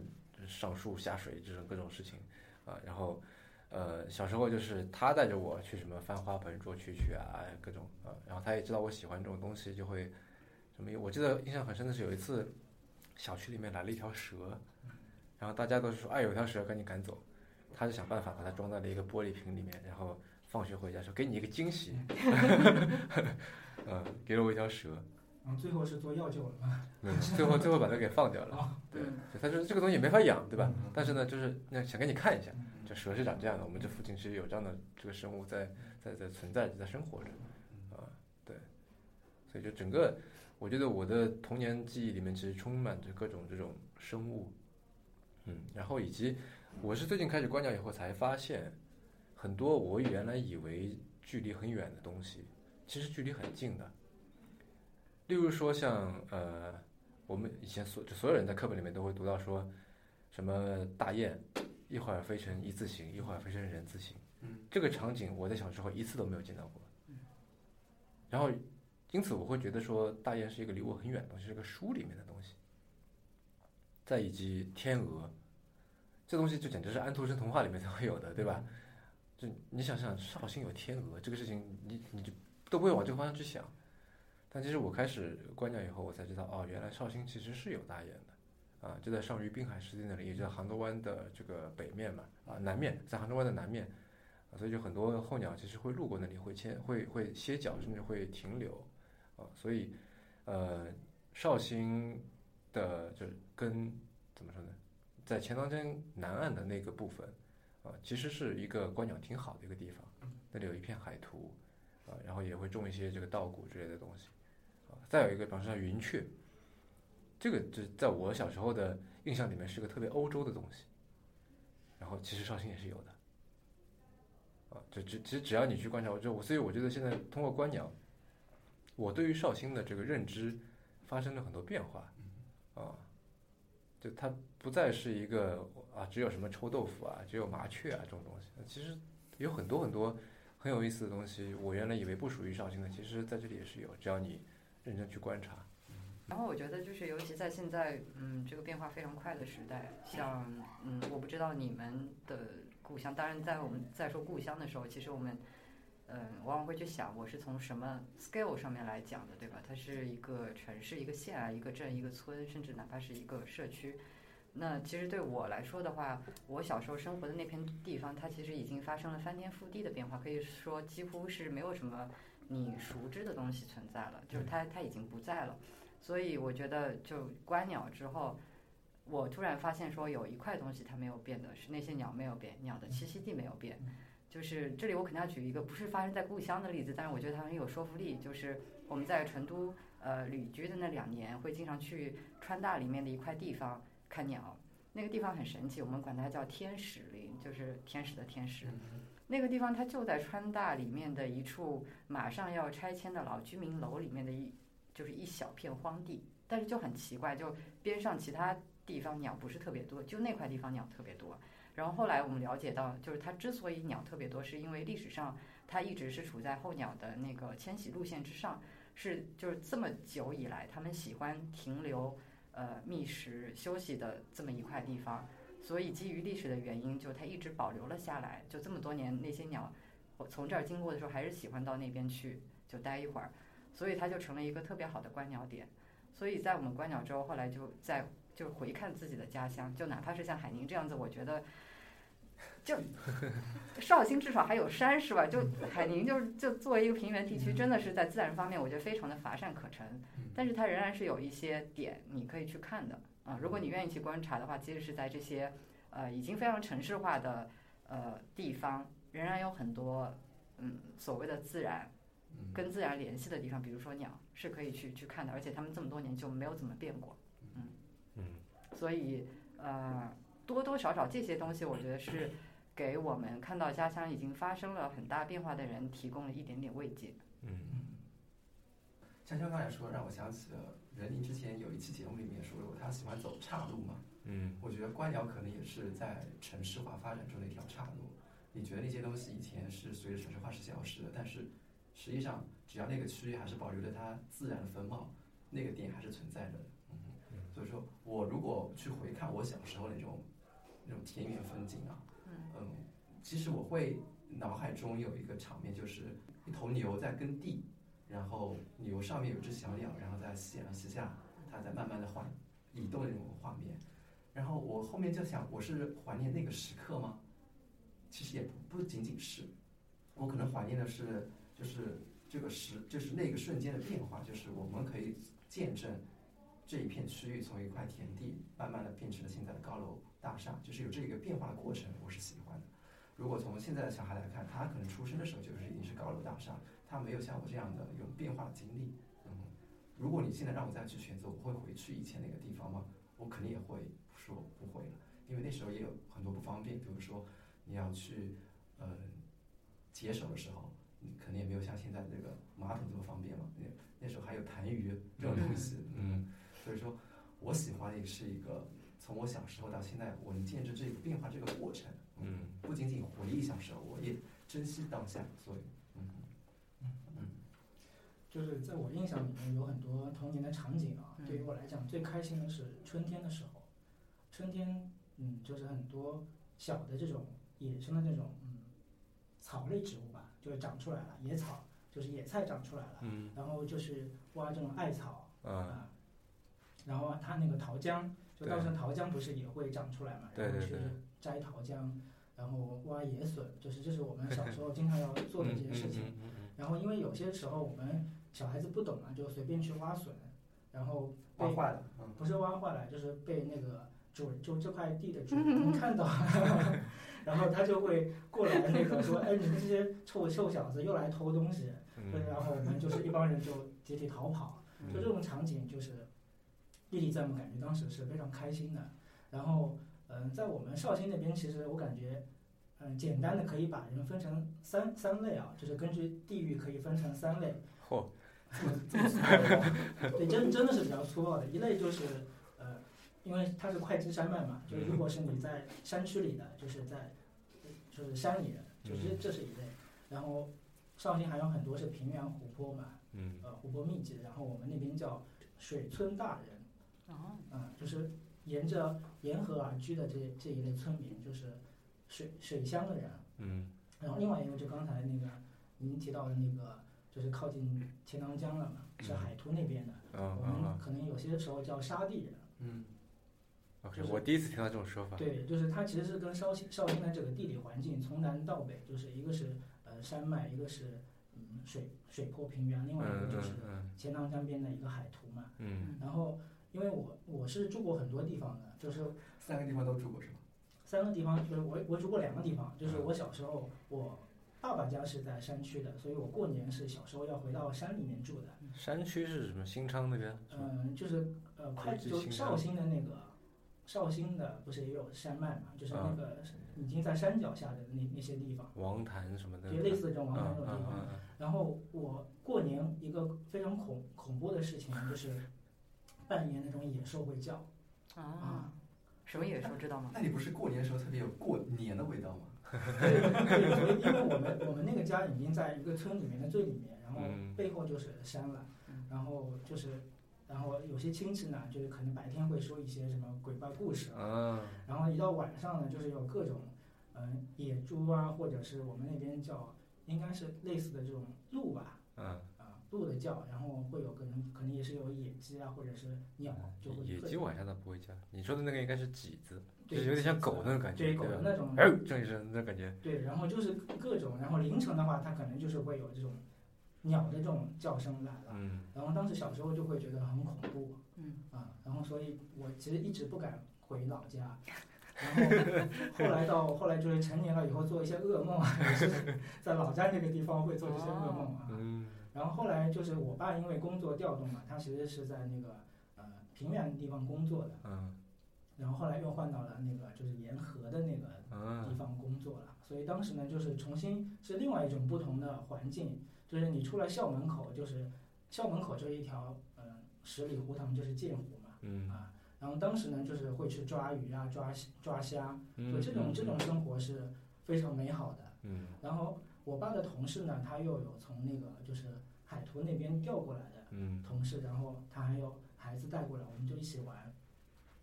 上树下水这种各种事情啊。然后呃小时候就是他带着我去什么翻花盆捉蛐蛐啊各种啊，然后他也知道我喜欢这种东西，就会什么。我记得印象很深的是有一次小区里面来了一条蛇，然后大家都是说哎有条蛇赶紧赶走，他就想办法把它装在了一个玻璃瓶里面，然后放学回家说给你一个惊喜，嗯，给了我一条蛇。 然后最后是做药酒了吗？ 没有，最后最后把它给放掉了。对，他说这个东西也没法养，对吧？但是呢，就是那想给你看一下，这蛇是长这样的，我们这附近是有这样的这个生物在在在存在在生活着，啊，对，所以就整个，我觉得我的童年记忆里面其实充满着各种这种生物，嗯，然后以及我是最近开始观鸟以后才发现，很多我原来以为距离很远的东西，其实距离很近的。例如说像呃，我们以前所就所有人在课本里面都会读到说，什么大雁一会儿飞成一字形，一会儿飞成人字形，这个场景我在小时候一次都没有见到过。然后因此我会觉得说大雁是一个离我很远的东西，是个书里面的东西。再以及天鹅，这东西就简直是安徒生童话里面才会有的，对吧？就你想想绍兴有天鹅这个事情，你你就都不会往这个方向去想。但其实我开始观鸟以后，我才知道，哦，原来绍兴其实是有大雁的，啊，就在上虞滨海湿地那里，也就在杭州湾的这个北面嘛，啊，南面，在杭州湾的南面，啊，所以就很多候鸟其实会路过那里，会迁，会会歇脚，甚至会停留，啊，所以，呃，绍兴的就是跟怎么说呢，在钱塘江南岸的那个部分，啊，其实是一个观鸟挺好的一个地方，那里有一片海图，啊，然后也会种一些这个稻谷之类的东西。再有一个，比方说像云雀，这个就在我小时候的印象里面是个特别欧洲的东西，然后其实绍兴也是有的，啊，就只其实只要你去观察，我就我所以我觉得现在通过观鸟，我对于绍兴的这个认知发生了很多变化，啊，就它不再是一个啊只有什么臭豆腐啊，只有麻雀啊这种东西，其实有很多很多很有意思的东西，我原来以为不属于绍兴的，其实在这里也是有，只要你认真去观察。 然后我觉得就是，尤其在现在，嗯，这个变化非常快的时代，像，嗯，我不知道你们的故乡，当然在我们在说故乡的时候，其实我们，嗯，往往会去想，我是从什么 scale 上面来讲的，对吧？它是一个城市、一个县啊、一个镇、一个村，甚至哪怕是一个社区。那其实对我来说的话，我小时候生活的那片地方，它其实已经发生了翻天覆地的变化，可以说几乎是没有什么你熟知的东西存在了，就是它它已经不在了。所以我觉得就观鸟之后，我突然发现说有一块东西它没有变的，是那些鸟没有变，鸟的栖息地没有变。就是这里我肯定要举一个不是发生在故乡的例子，但是我觉得它很有说服力，就是我们在成都呃旅居的那两年，会经常去川大里面的一块地方看鸟。那个地方很神奇，我们管它叫天使林，就是天使的天使。那个地方它就在川大里面的一处马上要拆迁的老居民楼里面的一就是一小片荒地，但是就很奇怪，就边上其他地方鸟不是特别多，就那块地方鸟特别多。然后后来我们了解到，就是它之所以鸟特别多，是因为历史上它一直是处在候鸟的那个迁徙路线之上，是就是这么久以来，它们喜欢停留、呃觅食、休息的这么一块地方，所以基于历史的原因，就它一直保留了下来。就这么多年，那些鸟我从这儿经过的时候，还是喜欢到那边去就待一会儿，所以它就成了一个特别好的观鸟点。所以在我们观鸟之后，后来就在就回看自己的家乡，就哪怕是像海宁这样子，我觉得。就绍兴至少还有山是吧？就海宁就是就作为一个平原地区，真的是在自然方面我觉得非常的乏善可陈，但是它仍然是有一些点你可以去看的啊。如果你愿意去观察的话，即使是在这些呃已经非常城市化的呃地方，仍然有很多嗯所谓的自然跟自然联系的地方，比如说鸟是可以去去看的，而且他们这么多年就没有怎么变过，嗯嗯， 所以呃多多少少这些东西，我觉得是。给我们看到家乡已经发生了很大变化的人提供了一点点慰藉。 嗯，像像刚才说，让我想起了任宁之前有一期节目里面说过，他喜欢走岔路嘛。 嗯， 我觉得观鸟可能也是在城市化发展中的一条岔路。你觉得那些东西以前是随着城市化是消失的，但是实际上只要那个区域还是保留着它自然的风貌，那个点还是存在着的。嗯，所以说我如果去回看我小时候那种那种田园风景啊，嗯，其实我会脑海中有一个场面，就是一头牛在耕地，然后牛上面有只小鸟，然后在夕阳西下，它在慢慢的缓移动的那种画面。然后我后面就想，我是怀念那个时刻吗？其实也不不仅仅是，我可能怀念的是，就是这个时，就是那个瞬间的变化，就是我们可以见证这一片区域从一块田地慢慢的变成了现在的高楼大厦，就是有这一个变化的过程，我是喜欢的。如果从现在的小孩来看，他可能出生的时候就是已经是高楼大厦，他没有像我这样的有变化的经历。嗯，如果你现在让我再去选择，我会回去以前那个地方吗？我肯定也会说不会了，因为那时候也有很多不方便，比如说你要去呃解手的时候，你肯定也没有像现在这个马桶这么方便嘛。那那时候还有痰盂这种东西，嗯，所以说我喜欢的是一个从我小时候到现在，我能见证这个变化这个过程。嗯，不仅仅回忆小时候，我也珍惜当下。所以，嗯嗯嗯，就是在我印象里面有很多童年的场景啊。对于我来讲，最开心的是春天的时候。春天，嗯，就是很多小的这种野生的这种嗯草类植物吧，就是长出来了，野草就是野菜长出来了。嗯。然后就是挖这种艾草啊，然后它那个桃浆，就当时桃浆不是也会长出来嘛？然后去摘桃浆。然后挖野笋，就是这是我们小时候经常要做的这些事情。然后因为有些时候我们小孩子不懂嘛，就随便去挖笋，然后被挖坏了， 不是挖坏了，就是被那个主就这块地的主人看到了，然后他就会过来那个说，哎，你们这些臭臭小子又来偷东西，然后我们就是一帮人就集体逃跑，就这种场景就是历历在目，感觉当时是非常开心的。然后。嗯，在我们绍兴那边，其实我感觉，嗯，简单的可以把人分成三三类啊，就是根据地域可以分成三类。 嚯， 这么这么粗暴？ 对，真真的是比较粗暴的。一类就是，呃，因为它是会稽山脉嘛，就是如果是你在山区里的，就是在，就是山里人，就是这是一类。然后，绍兴还有很多是平原湖泊嘛， 嗯， 呃，湖泊密集，然后我们那边叫水村大人。 哦。 嗯，就是。沿着沿河而居的这这一类村民，就是水水乡的人。 嗯。 然后另外一个就刚才那个您提到的那个，就是靠近钱塘江了嘛，是海图那边的。 嗯。 我们可能有些时候叫沙地人。 嗯。 OK，我第一次听到这种说法。 对，就是它其实是跟绍兴绍兴的这个地理环境从南到北，就是一个是呃山脉，一个是嗯水水坡平原，另外一个就是钱塘江边的一个海图嘛。 嗯。 然后。因为我我是住过很多地方的，就是三个地方都住过是吧？ 三个地方就是我我住过两个地方，就是我小时候我爸爸家是在山区的，所以我过年是小时候要回到山里面住的。 山区是什么？新昌那边？ 嗯，就是呃，快就绍兴的那个绍兴的不是也有山脉嘛？就是那个已经在山脚下的那那些地方。 王坛什么的。 对，类似这种王坛这种地方。然后我过年一个非常恐恐怖的事情就是。半夜那种野兽会叫， 啊，什么野兽知道吗？ 那你不是过年的时候特别有过年的味道吗？ 对对，所以因为我们我们那个家已经在一个村里面的最里面，然后背后就是山了，然后就是，然后有些亲戚呢，就是可能白天会说一些什么鬼怪故事啊， 然后一到晚上呢，就是有各种嗯野猪啊，或者是我们那边叫应该是类似的这种鹿吧， 嗯。 鹿的叫，然后会有可能可能也是有野鸡啊，或者是鸟，就会。 野鸡晚上它不会叫，你说的那个应该是麂子，就是有点像狗那种感觉。 对，狗的那种。 哎，这一声那感觉。 对，然后就是各种，然后凌晨的话，它可能就是会有这种鸟的这种叫声来了。 嗯。 然后当时小时候就会觉得很恐怖。 嗯。 啊，然后所以我其实一直不敢回老家。然后后来到后来就是成年了以后做一些噩梦啊，也是在老家那个地方会做这些噩梦啊。 嗯。 然后后来就是我爸因为工作调动嘛，他其实是在那个呃平原地方工作的， 嗯， 然后后来又换到了那个就是沿河的那个地方工作了，所以当时呢就是重新是另外一种不同的环境，就是你出来校门口就是校门口就是一条嗯、呃、十里湖塘就是镜湖嘛， 嗯啊，然后当时呢就是会去抓鱼啊抓抓虾，就这种这种生活是非常美好的， 嗯， 然后我爸的同事呢他又有从那个就是海图那边调过来的同事，然后他还有孩子带过来，我们就一起玩。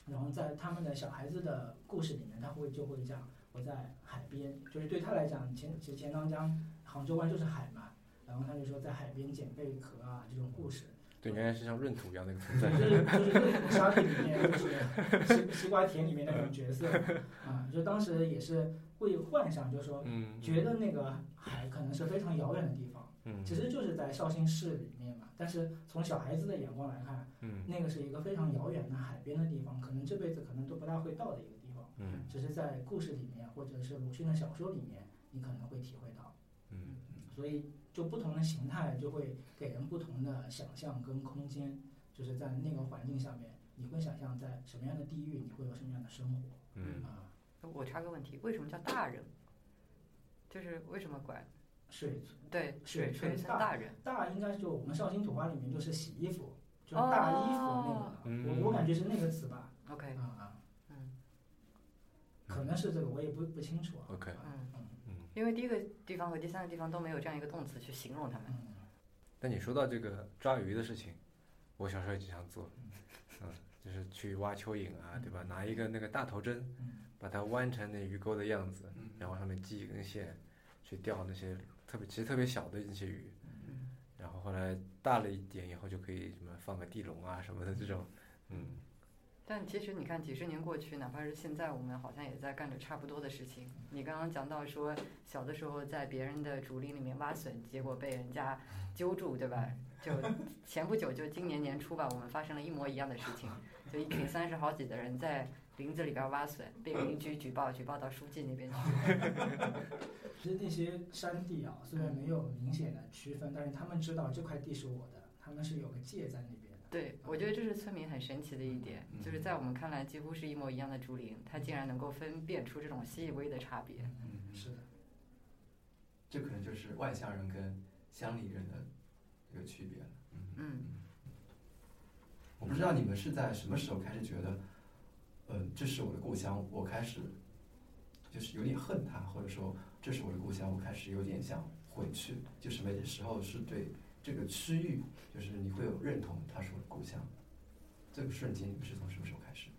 然后在他们的小孩子的故事里面，他会就会讲我在海边，就是对他来讲，钱其实钱塘江、杭州湾就是海嘛，然后他就说在海边捡贝壳啊这种故事。 对，原来是像闰土一样的一个存在。 就是就是闰土沙地里面，就是西西瓜田里面那种角色啊，就当时也是会幻想，就是说， 嗯， 觉得那个海可能是非常遥远的地方， 嗯， 其实就是在绍兴市里面嘛。但是从小孩子的眼光来看， 嗯， 那个是一个非常遥远的海边的地方，可能这辈子可能都不大会到的一个地方。 嗯， 只是在故事里面或者是鲁迅的小说里面，你可能会体会到。 嗯， 所以就不同的形态就会给人不同的想象跟空间。就是在那个环境下面，你会想象在什么样的地域，你会有什么样的生活？ 嗯啊， 我插个问题，为什么叫大人？就是为什么管水对水水村大人？ 大应该就我们绍兴土话里面就是洗衣服，就是大衣服那个， 哦我我感觉是那个词吧。 OK， 啊啊， 嗯， 可能是这个，我也不不清楚啊。 OK， 嗯嗯嗯，因为第一个地方和第三个地方都没有这样一个动词去形容它们。 嗯， 但你说到这个抓鱼的事情，我小时候也经常做，嗯，就是去挖蚯蚓啊，对吧？拿一个那个大头针，把它弯成那鱼钩的样子，然后上面系一根线，去钓那些特别其实特别小的那些鱼，然后后来大了一点以后就可以什么放个地笼啊什么的这种，嗯。 但其实你看，几十年过去，哪怕是现在，我们好像也在干着差不多的事情。你刚刚讲到说，小的时候在别人的竹林里面挖笋，结果被人家揪住，对吧？就前不久，就今年年初吧，我们发生了一模一样的事情，就一群三十好几的人在林子里边挖笋，被邻居举报，举报到书记那边去。 其实那些山地啊，虽然没有明显的区分，但是他们知道这块地是我的，他们是有个界在那边。 对，我觉得这是村民很神奇的一点，就是在我们看来几乎是一模一样的竹林，它竟然能够分辨出这种细微的差别。 嗯，是的， 这可能就是外乡人跟乡里人的一个区别了。 嗯， 我不知道你们是在什么时候开始觉得，嗯，这是我的故乡，我开始就是有点恨它，或者说这是我的故乡，我开始有点想回去，就什么时候是对这个区域，就是你会有认同它是我的故乡，这个瞬间你们是从什么时候开始？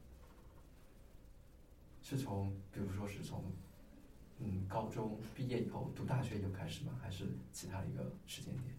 是从比如说是从嗯高中毕业以后读大学以后开始吗？还是其他的一个时间点？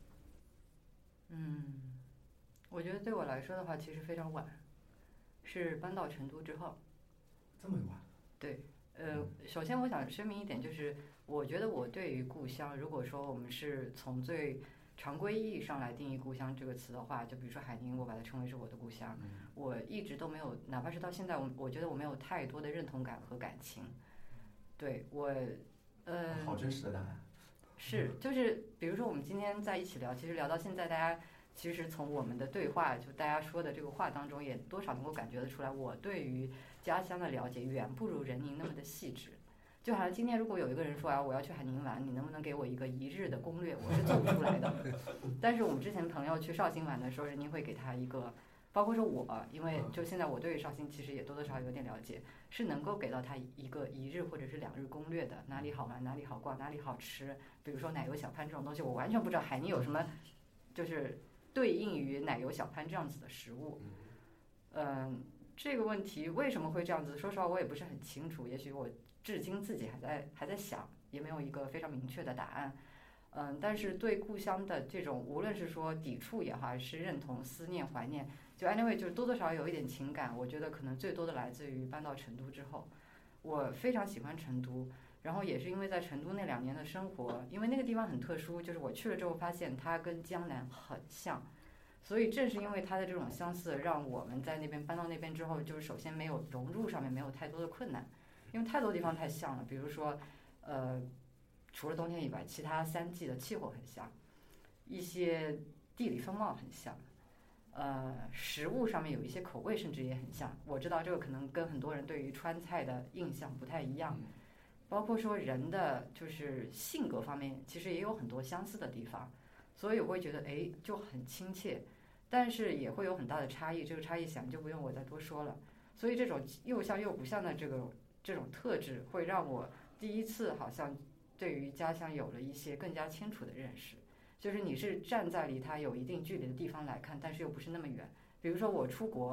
嗯，我觉得对我来说的话，其实非常晚，是搬到成都之后。 这么晚？ 对，呃，首先我想声明一点，就是我觉得我对于故乡，如果说我们是从最常规意义上来定义故乡这个词的话，就比如说海宁，我把它称为是我的故乡，我一直都没有，哪怕是到现在，我我觉得我没有太多的认同感和感情。对我，呃， 好真实的答案。 是，就是比如说我们今天在一起聊，其实聊到现在，大家其实从我们的对话，就大家说的这个话当中，也多少能够感觉得出来，我对于家乡的了解远不如任宁那么的细致。就好像今天如果有一个人说啊，我要去海宁玩，你能不能给我一个一日的攻略？我是做不出来的。但是我们之前朋友去绍兴玩的时候，任宁会给他一个，包括说我，因为就现在我对绍兴其实也多多少少有点了解，是能够给到他一个一日或者是两日攻略的，哪里好玩，哪里好逛，哪里好吃。比如说奶油小潘这种东西，我完全不知道海宁有什么，就是对应于奶油小潘这样子的食物。嗯，这个问题为什么会这样子？说实话，我也不是很清楚。也许我至今自己还在还在想，也没有一个非常明确的答案。嗯，但是对故乡的这种，无论是说抵触也好，还是认同、思念、怀念，就 anyway 就多多少少有一点情感。我觉得可能最多的来自于搬到成都之后，我非常喜欢成都。然后也是因为在成都那两年的生活，因为那个地方很特殊，就是我去了之后发现它跟江南很像，所以正是因为它的这种相似，让我们在那边搬到那边之后，就是首先没有融入上面没有太多的困难，因为太多地方太像了，比如说，呃，除了冬天以外，其他三季的气候很像，一些地理风貌很像，呃，食物上面有一些口味甚至也很像。我知道这个可能跟很多人对于川菜的印象不太一样。包括说人的就是性格方面，其实也有很多相似的地方，所以我会觉得哎就很亲切，但是也会有很大的差异。这个差异想就不用我再多说了。所以这种又像又不像的这个这种特质，会让我第一次好像对于家乡有了一些更加清楚的认识。就是你是站在离它有一定距离的地方来看，但是又不是那么远。比如说我出国，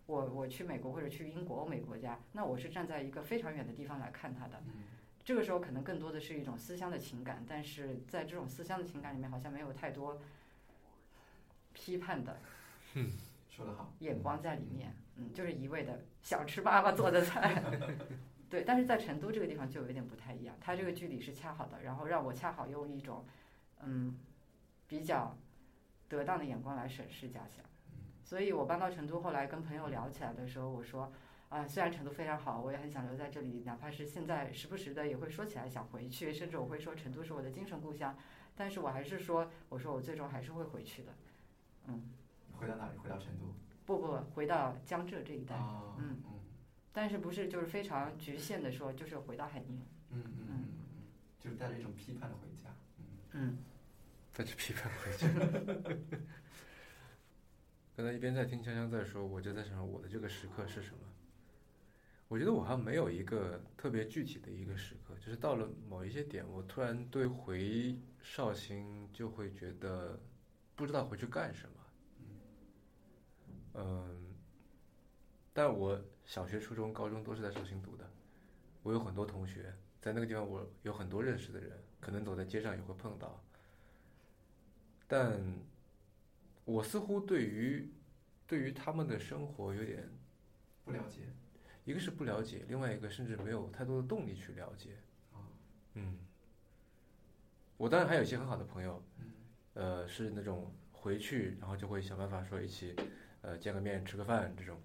我我去美国或者去英国、欧美国家，那我是站在一个非常远的地方来看它的。这个时候可能更多的是一种思乡的情感，但是在这种思乡的情感里面，好像没有太多批判的说得好眼光在里面。嗯，就是一味的想吃妈妈做的菜。对，但是在成都这个地方就有一点不太一样，它这个距离是恰好的，然后让我恰好用一种嗯比较得当的眼光来审视家乡。所以我搬到成都，后来跟朋友聊起来的时候，我说啊，虽然成都非常好，我也很想留在这里，哪怕是现在时不时的也会说起来想回去，甚至我会说成都是我的精神故乡，但是我还是说，我说我最终还是会回去的。嗯， 回到哪里？回到成都？ 不不，回到江浙这一带。 哦、 嗯嗯，但是不是就是非常局限的说，就是回到海宁。 嗯嗯嗯嗯，就是带着一种批判的回家。嗯嗯， 带着批判回家。刚才一边在听香香在说，我就在想我的这个时刻是什么。我觉得我好像没有一个特别具体的一个时刻，就是到了某一些点，我突然对回绍兴就会觉得不知道回去干什么。嗯，但我小学、初中、高中都是在绍兴读的，我有很多同学在那个地方，我有很多认识的人，可能走在街上也会碰到。但我似乎对于对于他们的生活有点不了解， 一个是不了解，另外一个甚至没有太多的动力去了解。嗯，我当然还有一些很好的朋友，呃，是那种回去然后就会想办法说一起，呃，见个面吃个饭这种。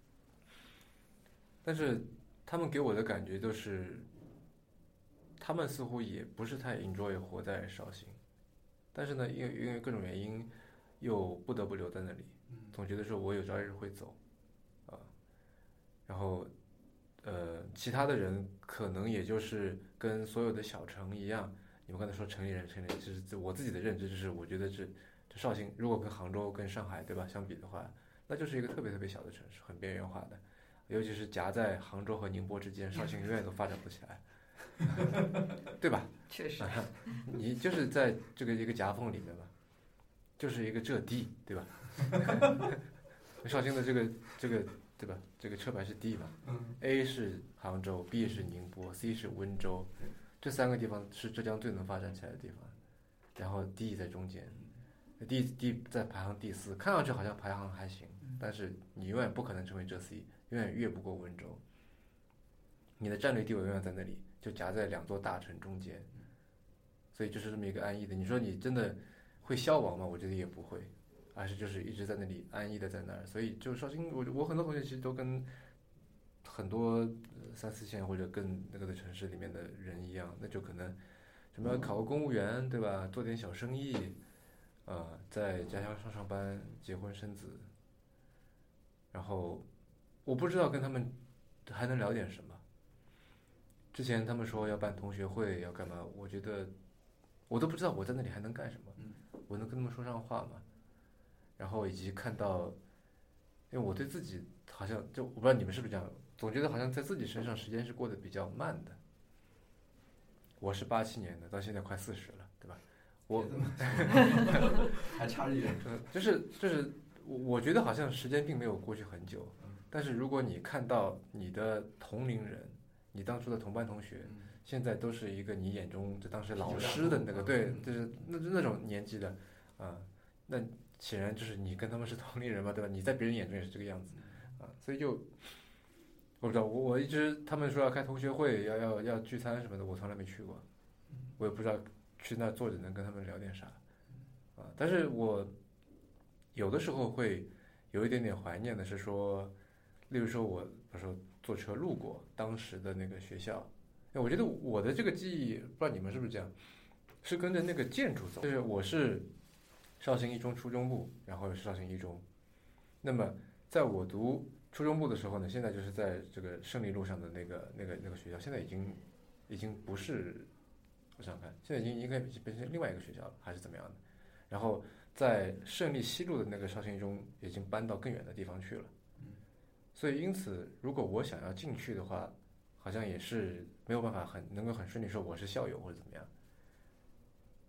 但是他们给我的感觉就是，他们似乎也不是太 enjoy 活在绍兴，但是呢，因为因为各种原因，又不得不留在那里，总觉得说我有朝一日会走，啊，然后，呃，其他的人可能也就是跟所有的小城一样，你们刚才说城里人，城里人，其实我自己的认知就是，我觉得是，这绍兴如果跟杭州、跟上海，对吧，相比的话，那就是一个特别特别小的城市，很边缘化的，尤其是夹在杭州和宁波之间，绍兴永远都发展不起来。对吧？ 确实， 你就是在这个一个夹缝里面嘛，就是一个浙 D， 对吧？绍兴的这个这个对吧？这个车牌是 D 嘛 ，A 是杭州 ，B 是宁波 ，C 是温州，这三个地方是浙江最能发展起来的地方，然后 D 在中间 ，D D 在排行第四，看上去好像排行还行，但是你永远不可能成为浙 C， 永远越不过温州，你的战略地位永远在那里。就夹在两座大城中间，所以就是这么一个安逸的。你说你真的会消亡吗？我觉得也不会，而是就是一直在那里安逸的在那儿。所以就绍兴，我我很多同学其实都跟很多三四线或者更那个的城市里面的人一样，那就可能什么考个公务员，对吧？做点小生意，啊、呃，在家乡上上班，结婚生子。然后我不知道跟他们还能聊点什么。之前他们说要办同学会要干嘛，我觉得我都不知道我在那里还能干什么，我能跟他们说上话吗？然后以及看到，因为我对自己好像就我不知道你们是不是这样，总觉得好像在自己身上时间是过得比较慢的。我是八七年的，到现在快四十了，对吧？我还差着远。 就是就是我我觉得好像时间并没有过去很久，但是如果你看到你的同龄人。你当初的同班同学，现在都是一个你眼中就当时老师的那个，对，就是那那种年纪的，啊，那显然就是你跟他们是同龄人嘛，对吧？你在别人眼中也是这个样子，啊，所以就我不知道，我我一直他们说要开同学会，要要要聚餐什么的，我从来没去过，我也不知道去那坐着能跟他们聊点啥，啊，但是我有的时候会有一点点怀念的是说，例如说我比如说。坐车路过当时的那个学校，我觉得我的这个记忆，不知道你们是不是这样，是跟着那个建筑走。就是我是绍兴一中初中部，然后是绍兴一中。那么在我读初中部的时候呢，现在就是在这个胜利路上的那个那个那个学校，现在已经已经不是，我想想看，现在已经应该变成另外一个学校了，还是怎么样的？然后在胜利西路的那个绍兴一中已经搬到更远的地方去了。所以因此如果我想要进去的话，好像也是没有办法很能够很顺利说我是校友或者怎么样。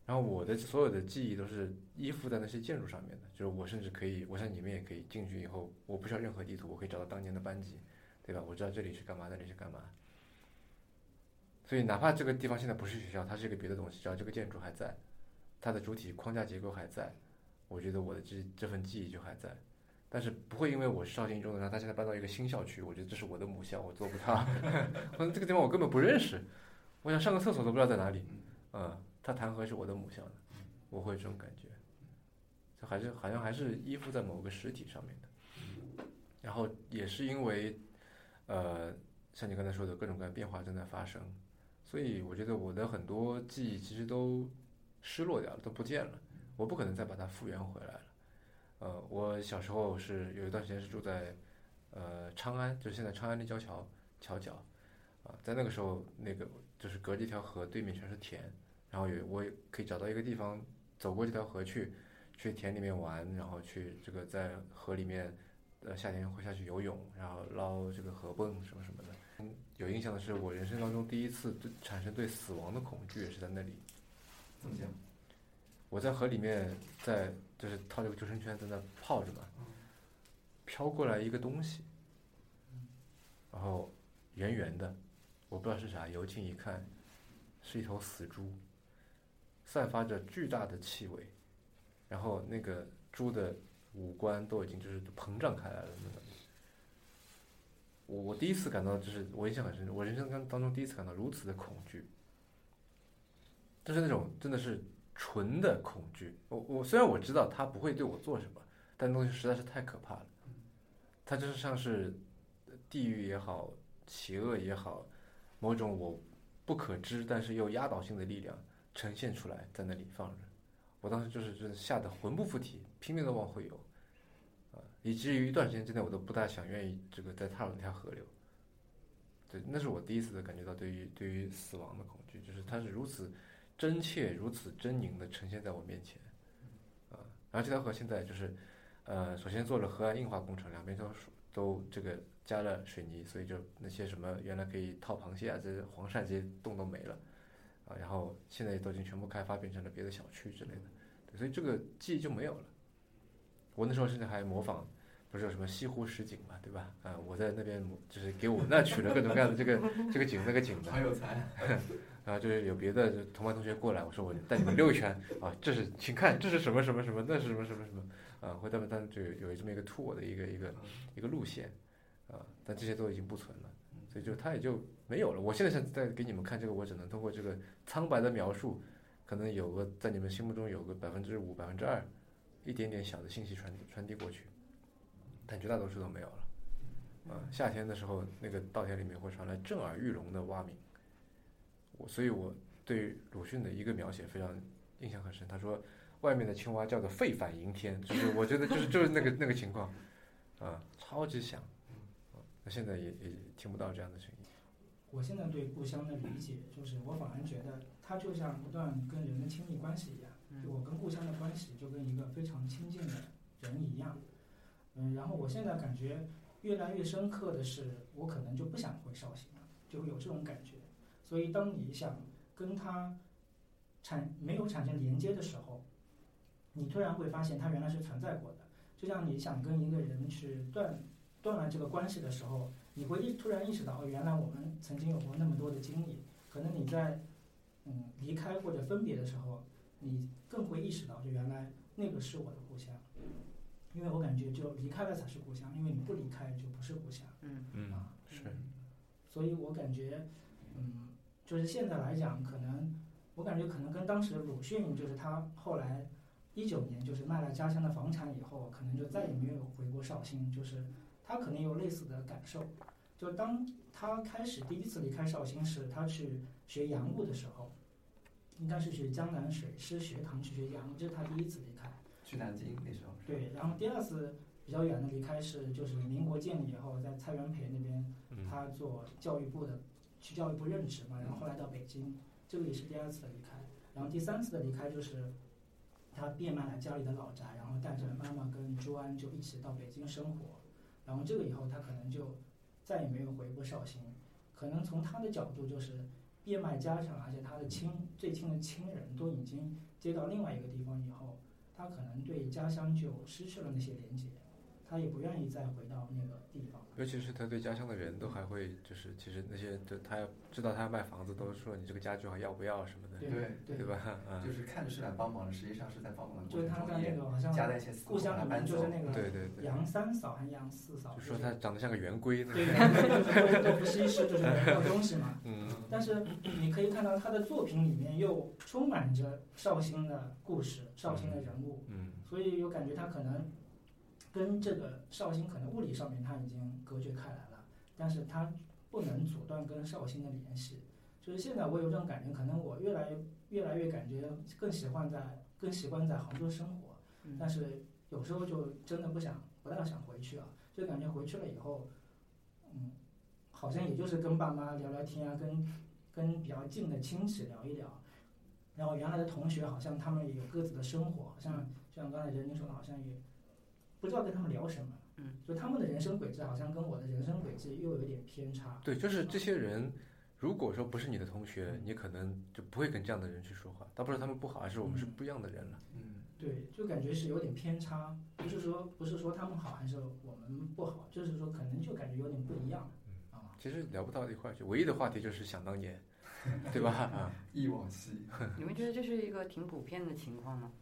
然后我的所有的记忆都是依附在那些建筑上面的，就是我甚至可以，我像你们也可以进去以后，我不需要任何地图，我可以找到当年的班级，对吧？我知道这里是干嘛，那里是干嘛。所以哪怕这个地方现在不是学校，它是一个别的东西，只要这个建筑还在，它的主体框架结构还在，我觉得我的这这份记忆就还在。但是不会因为我是绍兴一中的，然后他现在搬到一个新校区，我觉得这是我的母校，我做不到。或者这个地方我根本不认识，我想上个厕所都不知道在哪里。嗯，他谈何是我的母校呢？我会有这种感觉，这还是好像还是依附在某个实体上面的。然后也是因为，呃，像你刚才说的各种各样变化正在发生，所以我觉得我的很多记忆其实都失落掉了，都不见了，我不可能再把它复原回来了。呃，我小时候是有一段时间是住在呃昌安，就是现在昌安立交桥桥角，啊、呃，在那个时候那个就是隔着一条河，对面全是田，然后有我也可以找到一个地方走过这条河去，去田里面玩，然后去这个在河里面，呃夏天会下去游泳，然后捞这个河蚌什么什么的。嗯，有印象的是我人生当中第一次对产生对死亡的恐惧也是在那里。 怎么讲？ 我在河里面在就是套这个救生圈在那泡着嘛，飘过来一个东西，然后圆圆的，我不知道是啥，游近一看，是一头死猪，散发着巨大的气味，然后那个猪的五官都已经就是膨胀开来了那种。我我第一次感到就是我印象很深，我人生当中第一次感到如此的恐惧，就是那种真的是纯的恐惧。我我虽然我知道他不会对我做什么，但东西实在是太可怕了。它就是像是地狱也好，邪恶也好，某种我不可知但是又压倒性的力量呈现出来在那里放着。我当时就是就是吓得魂不附体，拼命的往回游，啊，以至于一段时间之内我都不大想愿意这个再踏入那条河流。对，那是我第一次的感觉到对于对于死亡的恐惧，就是它是如此真切、如此狰狞的呈现在我面前，啊，然后这条河现在就是，呃，首先做了河岸硬化工程，两边都都这个加了水泥，所以就那些什么原来可以套螃蟹啊，这些黄鳝这些洞都没了，啊，然后现在都已经全部开发变成了别的小区之类的，对，所以这个记忆就没有了。我那时候甚至还模仿。不是有什么西湖十景嘛，对吧？啊，我在那边就是给我那取了各种各样的这个这个景那个景的， 好有才。 然后就是有别的就同班同学过来，我说我带你们溜一圈啊，这是请看这是什么什么什么，那是什么什么什么啊，会他们当时就有这么一个 tour 的一个一个一个路线啊，但这些都已经不存了，所以就它也就没有了。我现在在给你们看这个，我只能通过这个苍白的描述，可能有个在你们心目中有个百分之五百分之二，一点点小的信息传传递过去。但绝大多数都没有了，啊，夏天的时候，那个稻田里面会传来震耳欲聋的蛙鸣。我，所以我对鲁迅的一个描写非常印象很深。他说，外面的青蛙叫做沸反盈天，就是我觉得就是就是那个那个情况，啊，超级响。啊，那现在也也听不到这样的声音。 我现在对故乡的理解，就是我反而觉得它就像不断跟人的亲密关系一样，就我跟故乡的关系就跟一个非常亲近的人一样。嗯，然后我现在感觉越来越深刻的是，我可能就不想回绍兴了，就会有这种感觉。所以当你想跟他产没有产生连接的时候，你突然会发现他原来是存在过的。就像你想跟一个人去断断了这个关系的时候，你会一突然意识到，哦，原来我们曾经有过那么多的经历。可能你在嗯离开或者分别的时候，你更会意识到，就原来那个是我的故乡。因为我感觉就离开了才是故乡，因为你不离开就不是故乡。 嗯嗯， 啊， 是。 所以我感觉，嗯，就是现在来讲，可能我感觉可能跟当时的鲁迅，就是他后来一九年就是卖了家乡的房产以后，可能就再也没有回过绍兴，就是他可能有类似的感受。就当他开始第一次离开绍兴时，他去学洋务的时候，应该是去江南水师学堂去学洋务，这是他第一次离开。 去南京那时候。 对，然后第二次比较远的离开是就是民国建立以后，在蔡元培那边，他做教育部的，去教育部任职嘛，然后后来到北京，这个也是第二次的离开。然后第三次的离开就是他变卖了家里的老宅，然后带着妈妈跟朱安就一起到北京生活。然后这个以后他可能就再也没有回过绍兴。可能从他的角度就是变卖家产，而且他的亲最亲的亲人都已经接到另外一个地方以后，他可能对家乡就失去了那些连接，他也不愿意再回到那个地方。 尤其是他对家乡的人都还会，就是其实那些就他要知道他要卖房子，都说你这个家具还要不要什么的， 对对对吧？啊， 就是看着是来帮忙的，实际上是在帮忙的过就是他在程中也那个好像夹带一些私故乡里面就是那对个对对， 杨三嫂还是杨四嫂， 就说他长得像个圆规那对个， 对，就是都都不稀释，就是要东西嘛。 嗯， 但是你可以看到他的作品里面又充满着绍兴的故事、绍兴的人物， 嗯， 所以有感觉他可能跟这个绍兴可能物理上面他已经隔绝开来了，但是他不能阻断跟绍兴的联系。就是现在我有这种感觉，可能我越来越来越感觉更喜欢在更习惯在杭州生活，但是有时候就真的不想不大想回去啊，就感觉回去了以后，嗯，好像也就是跟爸妈聊聊天啊，跟跟比较近的亲戚聊一聊，然后原来的同学好像他们也有各自的生活，好像就像刚才任宁说的，好像也不知道跟他们聊什么， 嗯， 就他们的人生轨迹好像跟我的人生轨迹又有点偏差。 对，就是这些人，如果说不是你的同学，你可能就不会跟这样的人去说话，倒不是他们不好，而是我们是不一样的人了。 嗯， 对，就感觉是有点偏差，不是说不是说他们好还是我们不好，就是说可能就感觉有点不一样。 嗯，啊，其实聊不到一块儿去，唯一的话题就是想当年，对吧？啊， 忆往昔。 你们觉得这是一个挺普遍的情况吗？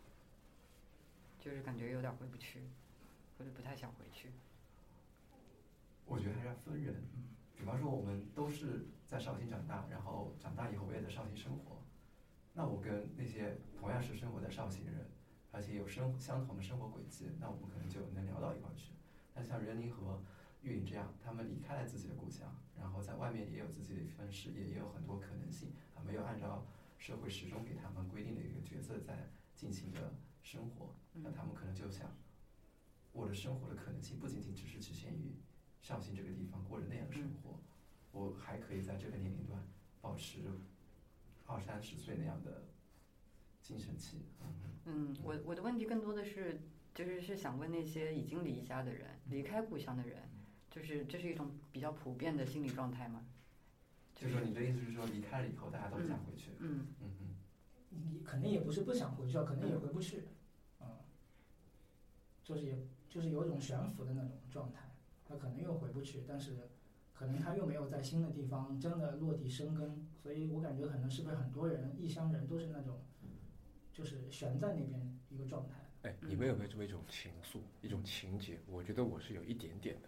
就是感觉有点回不去，或者不太想回去。 我觉得还是要分人，比方说我们都是在绍兴长大，然后长大以后我也在绍兴生活，那我跟那些同样是生活在绍兴人，而且有生相同的生活轨迹，那我们可能就能聊到一块儿去。但像任宁和玉林这样，他们离开了自己的故乡，然后在外面也有自己的一份事业，也有很多可能性，啊，没有按照社会始终给他们规定的一个角色在进行着生活，那他们可能就想，我的生活的可能性不仅仅只是局限于绍兴这个地方过着那样的生活，我还可以在这个年龄段保持二三十岁那样的精神气。 嗯，我我的问题更多的是，就是是想问那些已经离家的人，离开故乡的人，就是这是一种比较普遍的心理状态吗？ 就是说你的意思是说，离开了以后大家都不想回去？ 嗯嗯嗯， 你肯定也不是不想回去啊，可能也回不去，嗯，就是也就是有一种悬浮的那种状态，他可能又回不去，但是可能他又没有在新的地方真的落地生根，所以我感觉可能是不是很多人异乡人都是那种，就是悬在那边一个状态。 哎，你们有没有这么一种情愫，一种情节？我觉得我是有一点点的。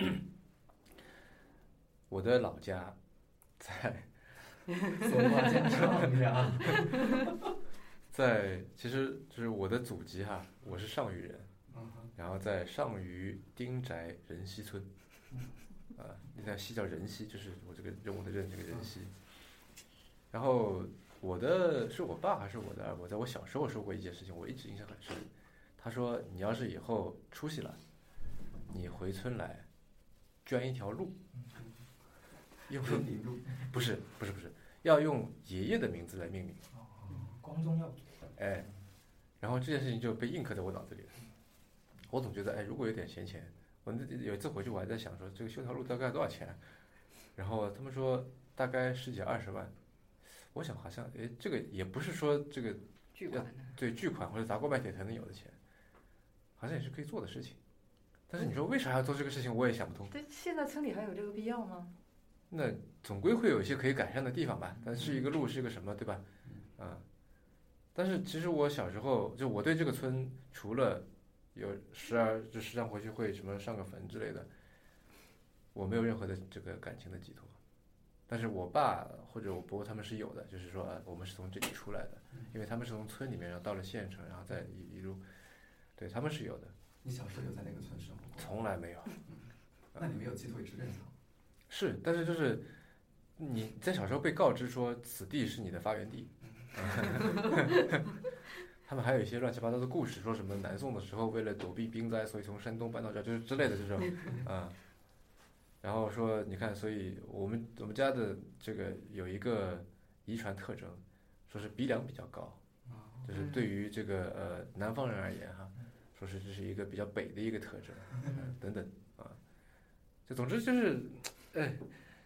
我的老家在松花江上呀， 在其实就是我的祖籍哈，我是上虞人，然后在上虞丁宅仁溪村，啊，那条溪叫仁溪，就是我这个任务的任这个仁溪。然后我的是我爸还是我的？我在我小时候说过一件事情，我一直印象很深。他说：“你要是以后出息了，你回村来，捐一条路，用路不是不是不是，要用爷爷的名字来命名。 光宗耀祖。 哎，然后这件事情就被印刻在我脑子里了。我总觉得，哎，如果有点闲钱，我那有一次回去我还在想说，这个修条路大概多少钱？然后他们说大概十几二十万。我想好像，哎，这个也不是说这个巨款的， 对巨款或者砸锅卖铁才能有的钱。”好像也是可以做的事情，但是你说为啥要做这个事情，我也想不通。 对，现在村里还有这个必要吗？ 那总归会有一些可以改善的地方吧，但是一个路是一个什么，对吧？啊，但是其实我小时候就我对这个村除了有时而就时常回去会什么上个坟之类的，我没有任何的这个感情的寄托。但是我爸或者我伯他们是有的，就是说我们是从这里出来的，因为他们是从村里面然后到了县城，然后再一一路。对，他们是有的。 你小时候有在那个村生活过？ 从来没有。 嗯，那你没有寄托也是正常。 是，但是就是你在小时候被告知说此地是你的发源地，他们还有一些乱七八糟的故事，说什么南宋的时候为了躲避兵灾，所以从山东搬到这儿，就是之类的这种啊。然后说你看，所以我们我们家的这个有一个遗传特征，说是鼻梁比较高。就是对于这个呃南方人而言哈，说是这是一个比较北的一个特征，呃、等等啊，就总之就是，哎，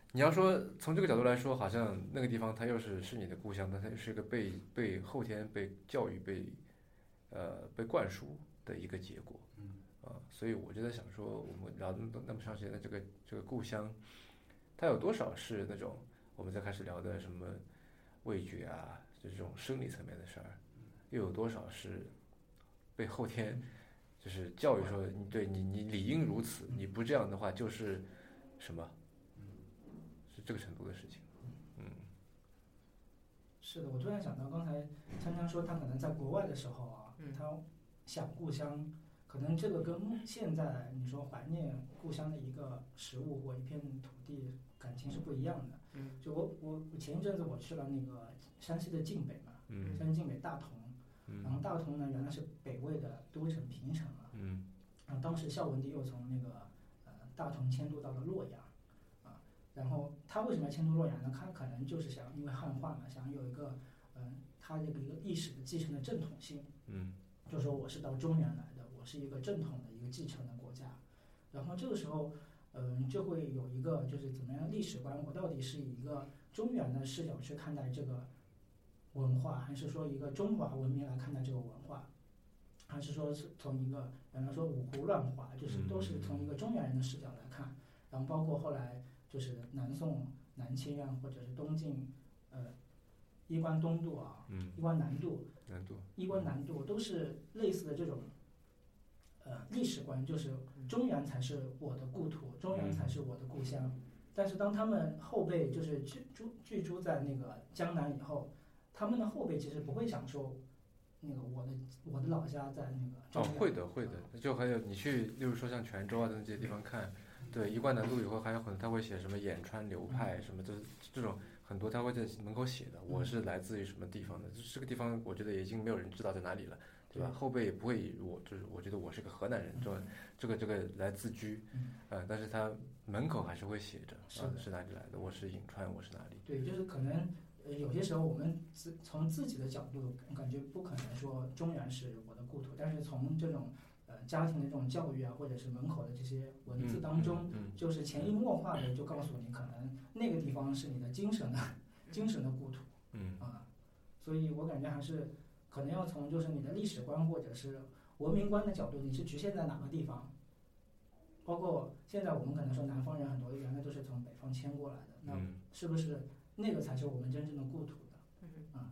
你要说从这个角度来说，好像那个地方它又是是你的故乡，但它又是一个被被后天被教育被呃被灌输的一个结果。 嗯啊，所以我就在想说，我们聊那么多那么长时间的这个这个故乡，它有多少是那种我们在开始聊的什么味觉啊，就这种生理层面的事儿，又有多少是被后天就是教育说你对你你理应如此，你不这样的话就是什么，是这个程度的事情。嗯， 是的，我突然想到刚才锵锵说他可能在国外的时候啊，他想故乡。可能这个跟现在你说怀念故乡的一个食物或一片土地感情是不一样的。 嗯， 就我我我前一阵子我去了那个山西的晋北嘛， 嗯， 山西晋北大同， 嗯， 然后大同呢原来是北魏的都城平城啊， 嗯， 然后当时孝文帝又从那个呃大同迁都到了洛阳，啊，然后他为什么要迁都洛阳呢？他可能就是想因为汉化嘛，想有一个嗯、呃、他这个一个历史的继承的正统性， 嗯， 就说我是到中原来的。我是一个正统的一个继承的国家，然后这个时候，嗯、呃，就会有一个就是怎么样历史观，我到底是以一个中原的视角去看待这个文化，还是说一个中华文明来看待这个文化，还是说是从一个原来说五胡乱华，就是都是从一个中原人的视角来看，然后包括后来就是南宋南迁啊，或者是东晋，呃，衣冠东渡啊， 嗯， 衣冠南渡， 南渡， 衣冠南渡都是类似的这种。呃，历史观就是中原才是我的故土，中原才是我的故乡。但是当他们后辈就是居住居住在那个江南以后，他们的后辈其实不会想说，那个我的我的老家在那个中哦， 原。 会的会的，就还有你去，例如说像泉州啊等这些地方看，对，衣冠南渡以后还有很多他会写什么颍川流派什么，就是这种很多他会在门口写的，我是来自于什么地方的，就是这个地方我觉得已经没有人知道在哪里了。对吧？后辈也不会以我就是我觉得我是个河南人，这这个这个来自居，呃，但是他门口还是会写着啊是哪里来的，我是颍川，我是哪里。 对，就是可能呃有些时候我们自从自己的角度感觉不可能说中原是我的故土，但是从这种呃家庭的这种教育啊，或者是门口的这些文字当中，就是潜移默化的就告诉你，可能那个地方是你的精神的精神的故土。 嗯啊，所以我感觉还是。可能要从就是你的历史观或者是文明观的角度，你是局限在哪个地方？包括现在我们可能说南方人很多原来都是从北方迁过来的，那是不是那个才是我们真正的故土的？ 嗯嗯，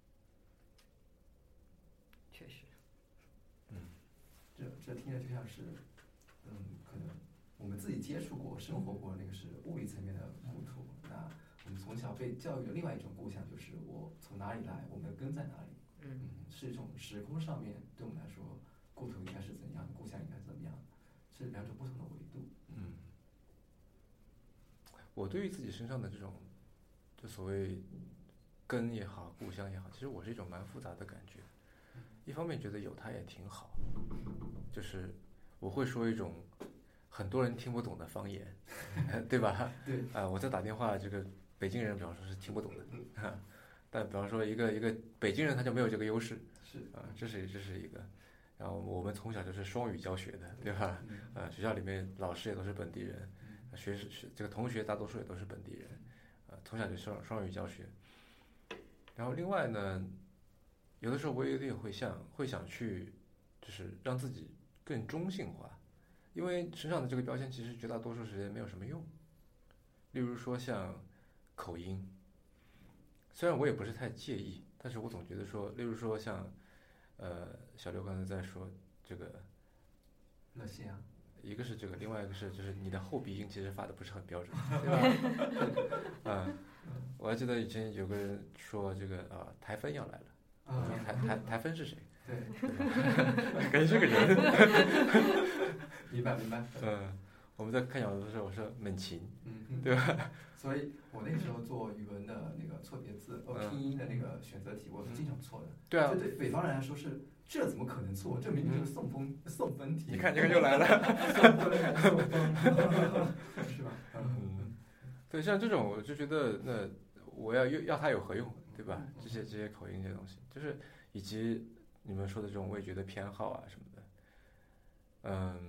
确实。 嗯，这这听着就像是，嗯，可能我们自己接触过、生活过那个是物理层面的故土。那我们从小被教育的另外一种故乡就是我从哪里来，我们的根在哪里。嗯，是一种时空上面对我们来说，故土应该是怎样，故乡应该怎么样，是两种不同的维度。 嗯，我对于自己身上的这种，就所谓根也好，故乡也好，其实我是一种蛮复杂的感觉。一方面觉得有它也挺好，就是我会说一种很多人听不懂的方言，对吧？ 对。 啊、呃，我在打电话，这个北京人比方说是听不懂的。但比方说一个一个北京人他就没有这个优势， 是啊，这是这是一个，然后我们从小就是双语教学的，对吧？呃，学校里面老师也都是本地人，学学这个同学大多数也都是本地人，啊，从小就双双语教学。然后另外呢，有的时候我也有点会想会想去，就是让自己更中性化，因为身上的这个标签其实绝大多数时间没有什么用，例如说像口音。虽然我也不是太介意，但是我总觉得说，例如说像，呃，小刘刚才在说这个， 那行啊， 一个是这个，另外一个是就是你的后鼻音其实发的不是很标准，对吧？嗯，我还记得以前有个人说这个啊，台风要来了， 啊， 台台台风是谁？ 对， 感觉是个人。 明白明白。 嗯，我们在看小说的时候，我说猛禽， 嗯， 对吧？ 所以我那个时候做语文的那个错别字、呃拼音的那个选择题，我是经常错的。 对啊， 这对北方人来说是，这怎么可能错？这明明就是送分送分题。 你看这个又来了， 送分还是送分， 是吧？ 嗯，对，像这种我就觉得，那我要要它有何用，对吧？这些这些口音这些东西，就是以及你们说的这种味觉的偏好啊什么的，嗯，它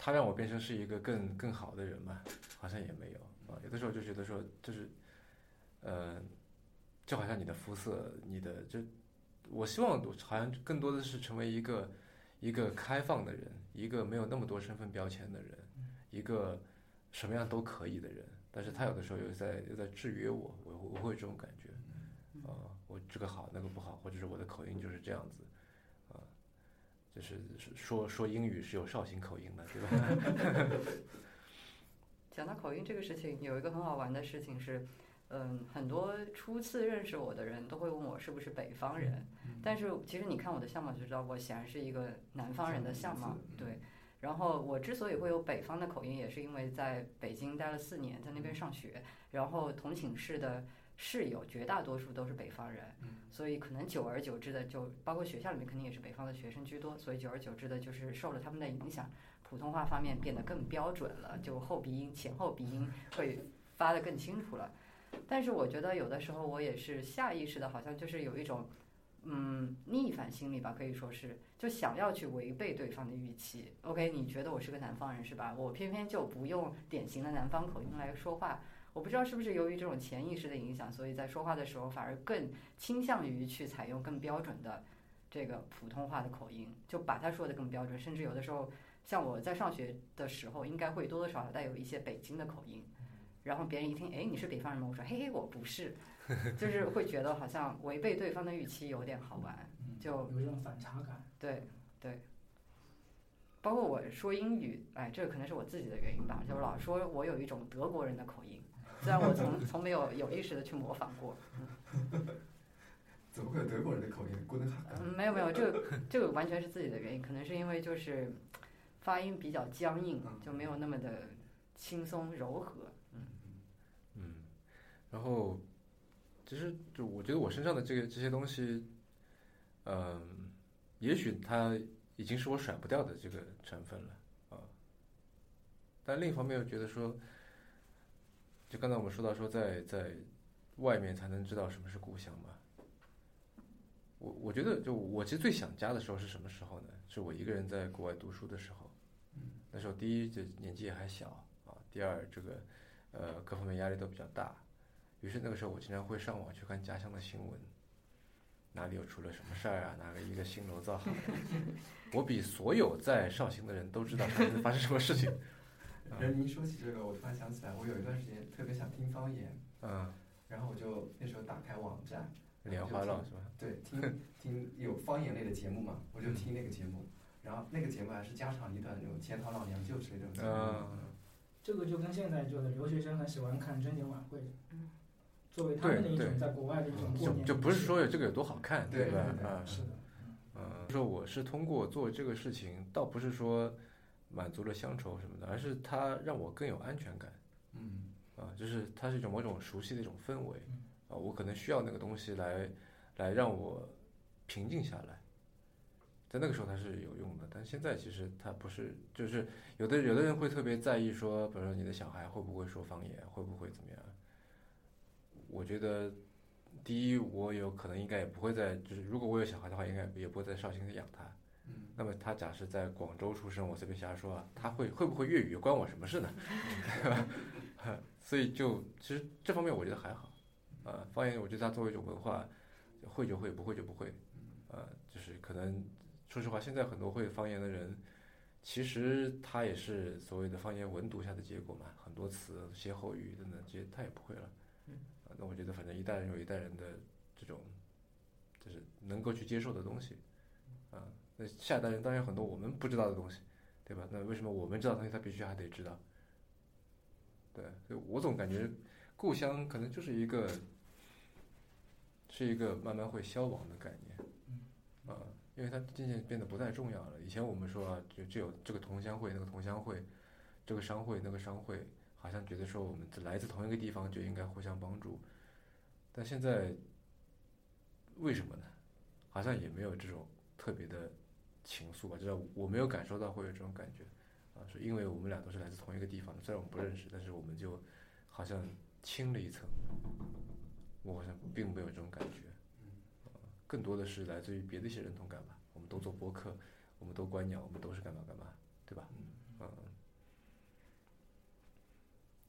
他让我变成是一个更更好的人嘛，好像也没有啊。有的时候就觉得说，就是呃，就好像你的肤色，你的就，我希望好像更多的是成为一个一个开放的人，一个没有那么多身份标签的人，一个什么样都可以的人。但是他有的时候又在又在制约我，我我会有这种感觉，啊、呃，我这个好那个不好，或者是我的口音就是这样子，啊、呃，就是说说英语是有绍兴口音的，对吧？ 讲到口音这个事情，有一个很好玩的事情是，嗯，很多初次认识我的人都会问我是不是北方人，但是其实你看我的相貌就知道，我显然是一个南方人的相貌，对。然后我之所以会有北方的口音，也是因为在北京待了四年，在那边上学，然后同寝室的室友绝大多数都是北方人，所以可能久而久之的就，包括学校里面肯定也是北方的学生居多，所以久而久之的就是受了他们的影响，普通话方面变得更标准了，就后鼻音、前后鼻音会发得更清楚了。但是我觉得有的时候我也是下意识的，好像就是有一种。嗯，逆反心理吧，可以说是，就想要去违背对方的预期。OK， 你觉得我是个南方人是吧？我偏偏就不用典型的南方口音来说话。我不知道是不是由于这种潜意识的影响，所以在说话的时候反而更倾向于去采用更标准的这个普通话的口音，就把它说得更标准。甚至有的时候，像我在上学的时候，应该会多多少少带有一些北京的口音。然后别人一听，哎，你是北方人吗？我说，嘿嘿，我不是。就是会觉得好像违背对方的预期有点好玩，就有一种反差感。 对对，包括我说英语，哎，这个可能是我自己的原因吧，就是老说我有一种德国人的口音，虽然我从从没有有意识的去模仿过。 嗯、怎么会有德国人的口音？ 嗯，没有没有，这个这个完全是自己的原因，可能是因为就是发音比较僵硬，就没有那么的轻松柔和。嗯嗯，然后。其实就我觉得我身上的这个这些东西，嗯，也许它已经是我甩不掉的这个成分了啊。但另一方面又觉得说，就刚才我们说到说在在外面才能知道什么是故乡嘛。我我觉得就我其实最想家的时候是什么时候呢？是我一个人在国外读书的时候。那时候第一就年纪也还小啊，第二这个呃各方面压力都比较大。于是那个时候我经常会上网去看家乡的新闻，哪里又出了什么事儿啊，哪个一个新楼造好了，我比所有在绍兴的人都知道绍兴发生什么事情。 人您说起这个，我突然想起来，我有一段时间特别想听方言， 嗯， 然后我就那时候打开网站， 莲花落是吧？ 对，听听有方言类的节目嘛，我就听那个节目，然后那个节目还是家长里短那种钱塘老娘舅之类的节目。 嗯， 这个就跟现在就是留学生很喜欢看征节晚会。嗯，作为他们的一种在国外的一种过年， 就就不是说这个有多好看， 对吧？ 啊， 是的， 嗯，说我是通过做这个事情，倒不是说满足了乡愁什么的，而是它让我更有安全感。 嗯， 啊，就是它是一种某种熟悉的一种氛围，啊，我可能需要那个东西来来让我平静下来。在那个时候它是有用的，但现在其实它不是，就是有的有的人会特别在意说，比如说你的小孩会不会说方言，会不会怎么样。我觉得，第一，我有可能应该也不会在，就是如果我有小孩的话，应该也不会在绍兴养他。 嗯。 那么他假设在广州出生，我随便瞎说啊，他会会不会粤语关我什么事呢？对吧？所以就其实这方面我觉得还好。啊，方言我觉得它作为一种文化，会就会，不会就不会。啊，就是可能说实话，现在很多会方言的人，其实他也是所谓的方言文读下的结果嘛，很多词、歇后语等等这些他也不会了。那我觉得反正一代人有一代人的这种就是能够去接受的东西啊，那下一代人当然有很多我们不知道的东西，对吧？那为什么我们知道的东西他必须还得知道？对，所以我总感觉故乡可能就是一个是一个慢慢会消亡的概念啊，因为它渐渐变得不太重要了。以前我们说啊，就只有这个同乡会那个同乡会，这个商会那个商会，好像觉得说我们来自同一个地方就应该互相帮助，但现在为什么呢？好像也没有这种特别的情愫吧，至少我没有感受到会有这种感觉啊，是因为我们俩都是来自同一个地方的，虽然我们不认识，但是我们就好像轻了一层，我好像并没有这种感觉，啊，更多的是来自于别的一些认同感吧。我们都做播客，我们都观鸟，我们都是干嘛干嘛，对吧？嗯。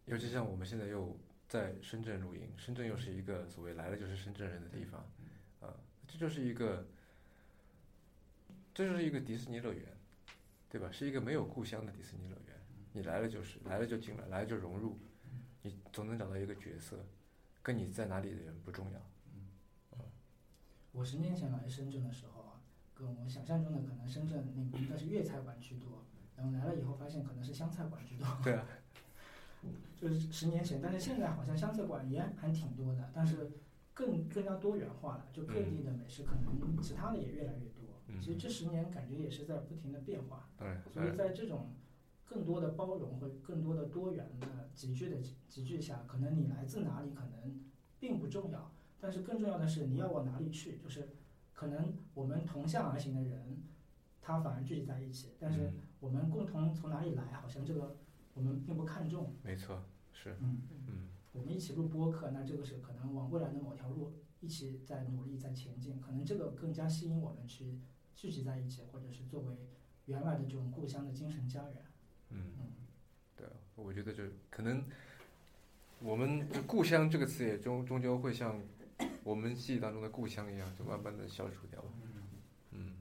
尤其像我们现在又在深圳录音，深圳又是一个所谓来了就是深圳人的地方，啊，这就是一个，这就是一个迪士尼乐园，对吧？是一个没有故乡的迪士尼乐园，你来了就是来了就进来，来了就融入，你总能找到一个角色，跟你在哪里的人不重要。 我十年前来深圳的时候啊，跟我想象中的可能深圳那应该是粤菜馆居多，然后来了以后发现可能是湘菜馆居多。 对啊， 就是十年前，但是现在好像湘菜馆也还挺多的，但是更更加多元化了，就各地的美食可能其他的也越来越多。 嗯、 其实这十年感觉也是在不停的变化， 对， 所以在这种更多的包容和更多的多元的集聚的集聚下，可能你来自哪里可能并不重要。但是更重要的是你要往哪里去，就是可能我们同向而行的人，他反而聚集在一起，但是我们共同从哪里来，好像这个我们并不看重。 没错，是， 嗯嗯， 我们一起录播客，那这个是可能往未来的某条路一起在努力在前进，可能这个更加吸引我们去聚集在一起，或者是作为原来的这种故乡的精神家园。 嗯嗯，对，我觉得这可能我们故乡这个词也终终究会像我们记忆当中的故乡一样，就慢慢的消除掉了。 嗯嗯，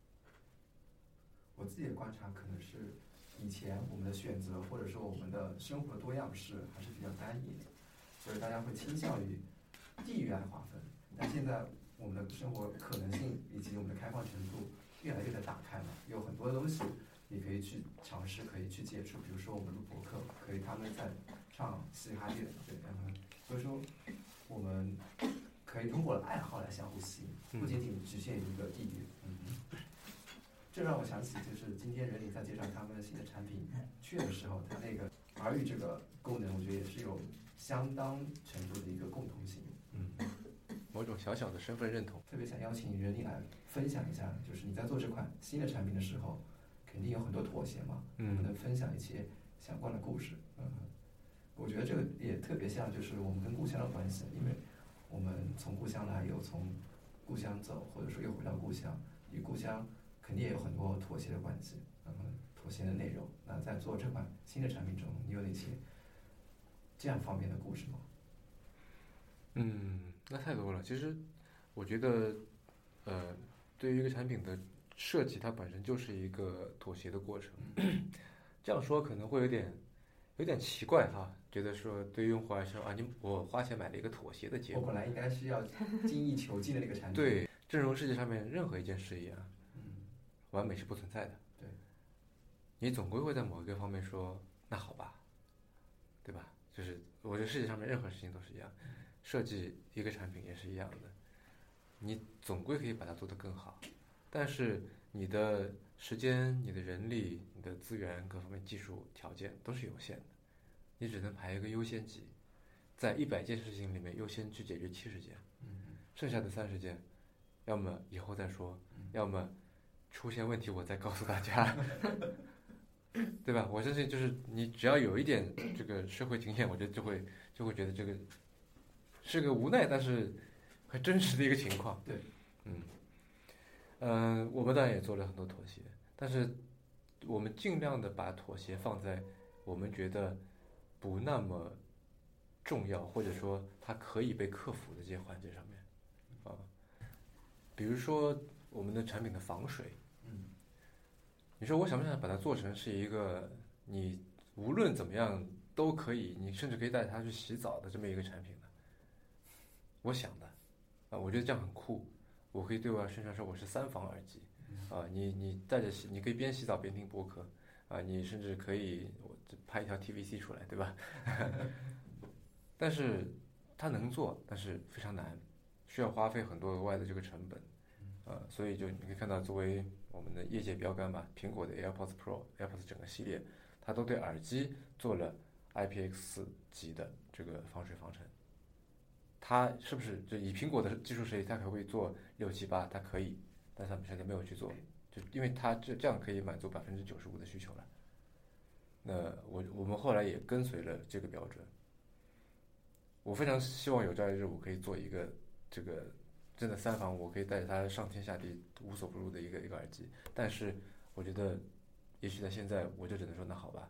我自己的观察可能是，以前我们的选择或者说我们的生活的多样式还是比较单一的，所以大家会倾向于地域来划分。但现在我们的生活可能性以及我们的开放程度越来越的打开了，有很多的东西你可以去尝试，可以去接触。比如说我们录播客，可以他们在唱嘻哈乐，对，嗯，所以说我们可以通过爱好来相互吸引，不仅仅局限于一个地域。嗯，这让我想起就是今天任宁在介绍他们新的产品去的时候，他那个耳语这个功能，我觉得也是有相当程度的一个共同性。 嗯，某种小小的身份认同。 特别想邀请任宁来分享一下，就是你在做这款新的产品的时候，肯定有很多妥协嘛，能不能分享一些相关的故事？嗯，我觉得这个也特别像就是我们跟故乡的关系，因为我们从故乡来，又从故乡走，或者说又回到故乡，与故乡肯定也有很多妥协的关系，嗯，妥协的内容。那在做这款新的产品中，你有哪些这样方面的故事吗？ 嗯，那太多了。其实我觉得，呃，对于一个产品的设计，它本身就是一个妥协的过程。这样说可能会有点有点奇怪哈，觉得说对于用户来说啊，你我花钱买了一个妥协的结果。 我本来应该是要精益求精的那个产品。 对，正如世界上面任何一件事一样， 嗯， 完美是不存在的。 对， 你总归会在某一个方面说那好吧，对吧？就是我觉得世界上面任何事情都是一样，设计一个产品也是一样的，你总归可以把它做得更好，但是你的时间、你的人力、你的资源各方面技术条件都是有限的，你只能排一个优先级，在一百件事情里面优先去解决七十件，剩下的三十件，要么以后再说，要么出现问题我再告诉大家，对吧？我相信就是你只要有一点这个社会经验，我觉得就会就会觉得这个是个无奈但是很真实的一个情况。 对， 嗯。嗯、呃，我们当然也做了很多妥协，但是我们尽量的把妥协放在我们觉得不那么重要，或者说它可以被克服的这些环节上面啊。比如说我们的产品的防水， 嗯， 你说我想不想把它做成是一个你无论怎么样都可以，你甚至可以带它去洗澡的这么一个产品呢？我想的啊，我觉得这样很酷。我可以对外宣传说我是三防耳机，啊，你你带着洗，你可以边洗澡边听播客，啊，你甚至可以我拍一条 T V C 出来，对吧？但是它能做，但是非常难，需要花费很多额外的这个成本，啊，所以就你可以看到，作为我们的业界标杆吧，苹果的 AirPods Pro、AirPods 整个系列，它都对耳机做了 I P X 四 级的这个防水防尘。它是不是就以苹果的技术实力，它可不可以做六七八？它可以，但它现在没有去做，就因为它这这样可以满足百分之九十五的需求了。那我我们后来也跟随了这个标准。我非常希望有朝一日我可以做一个这个真的三防，我可以带着它上天下地无所不入的一个一个耳机。但是我觉得，也许在现在我就只能说那好吧，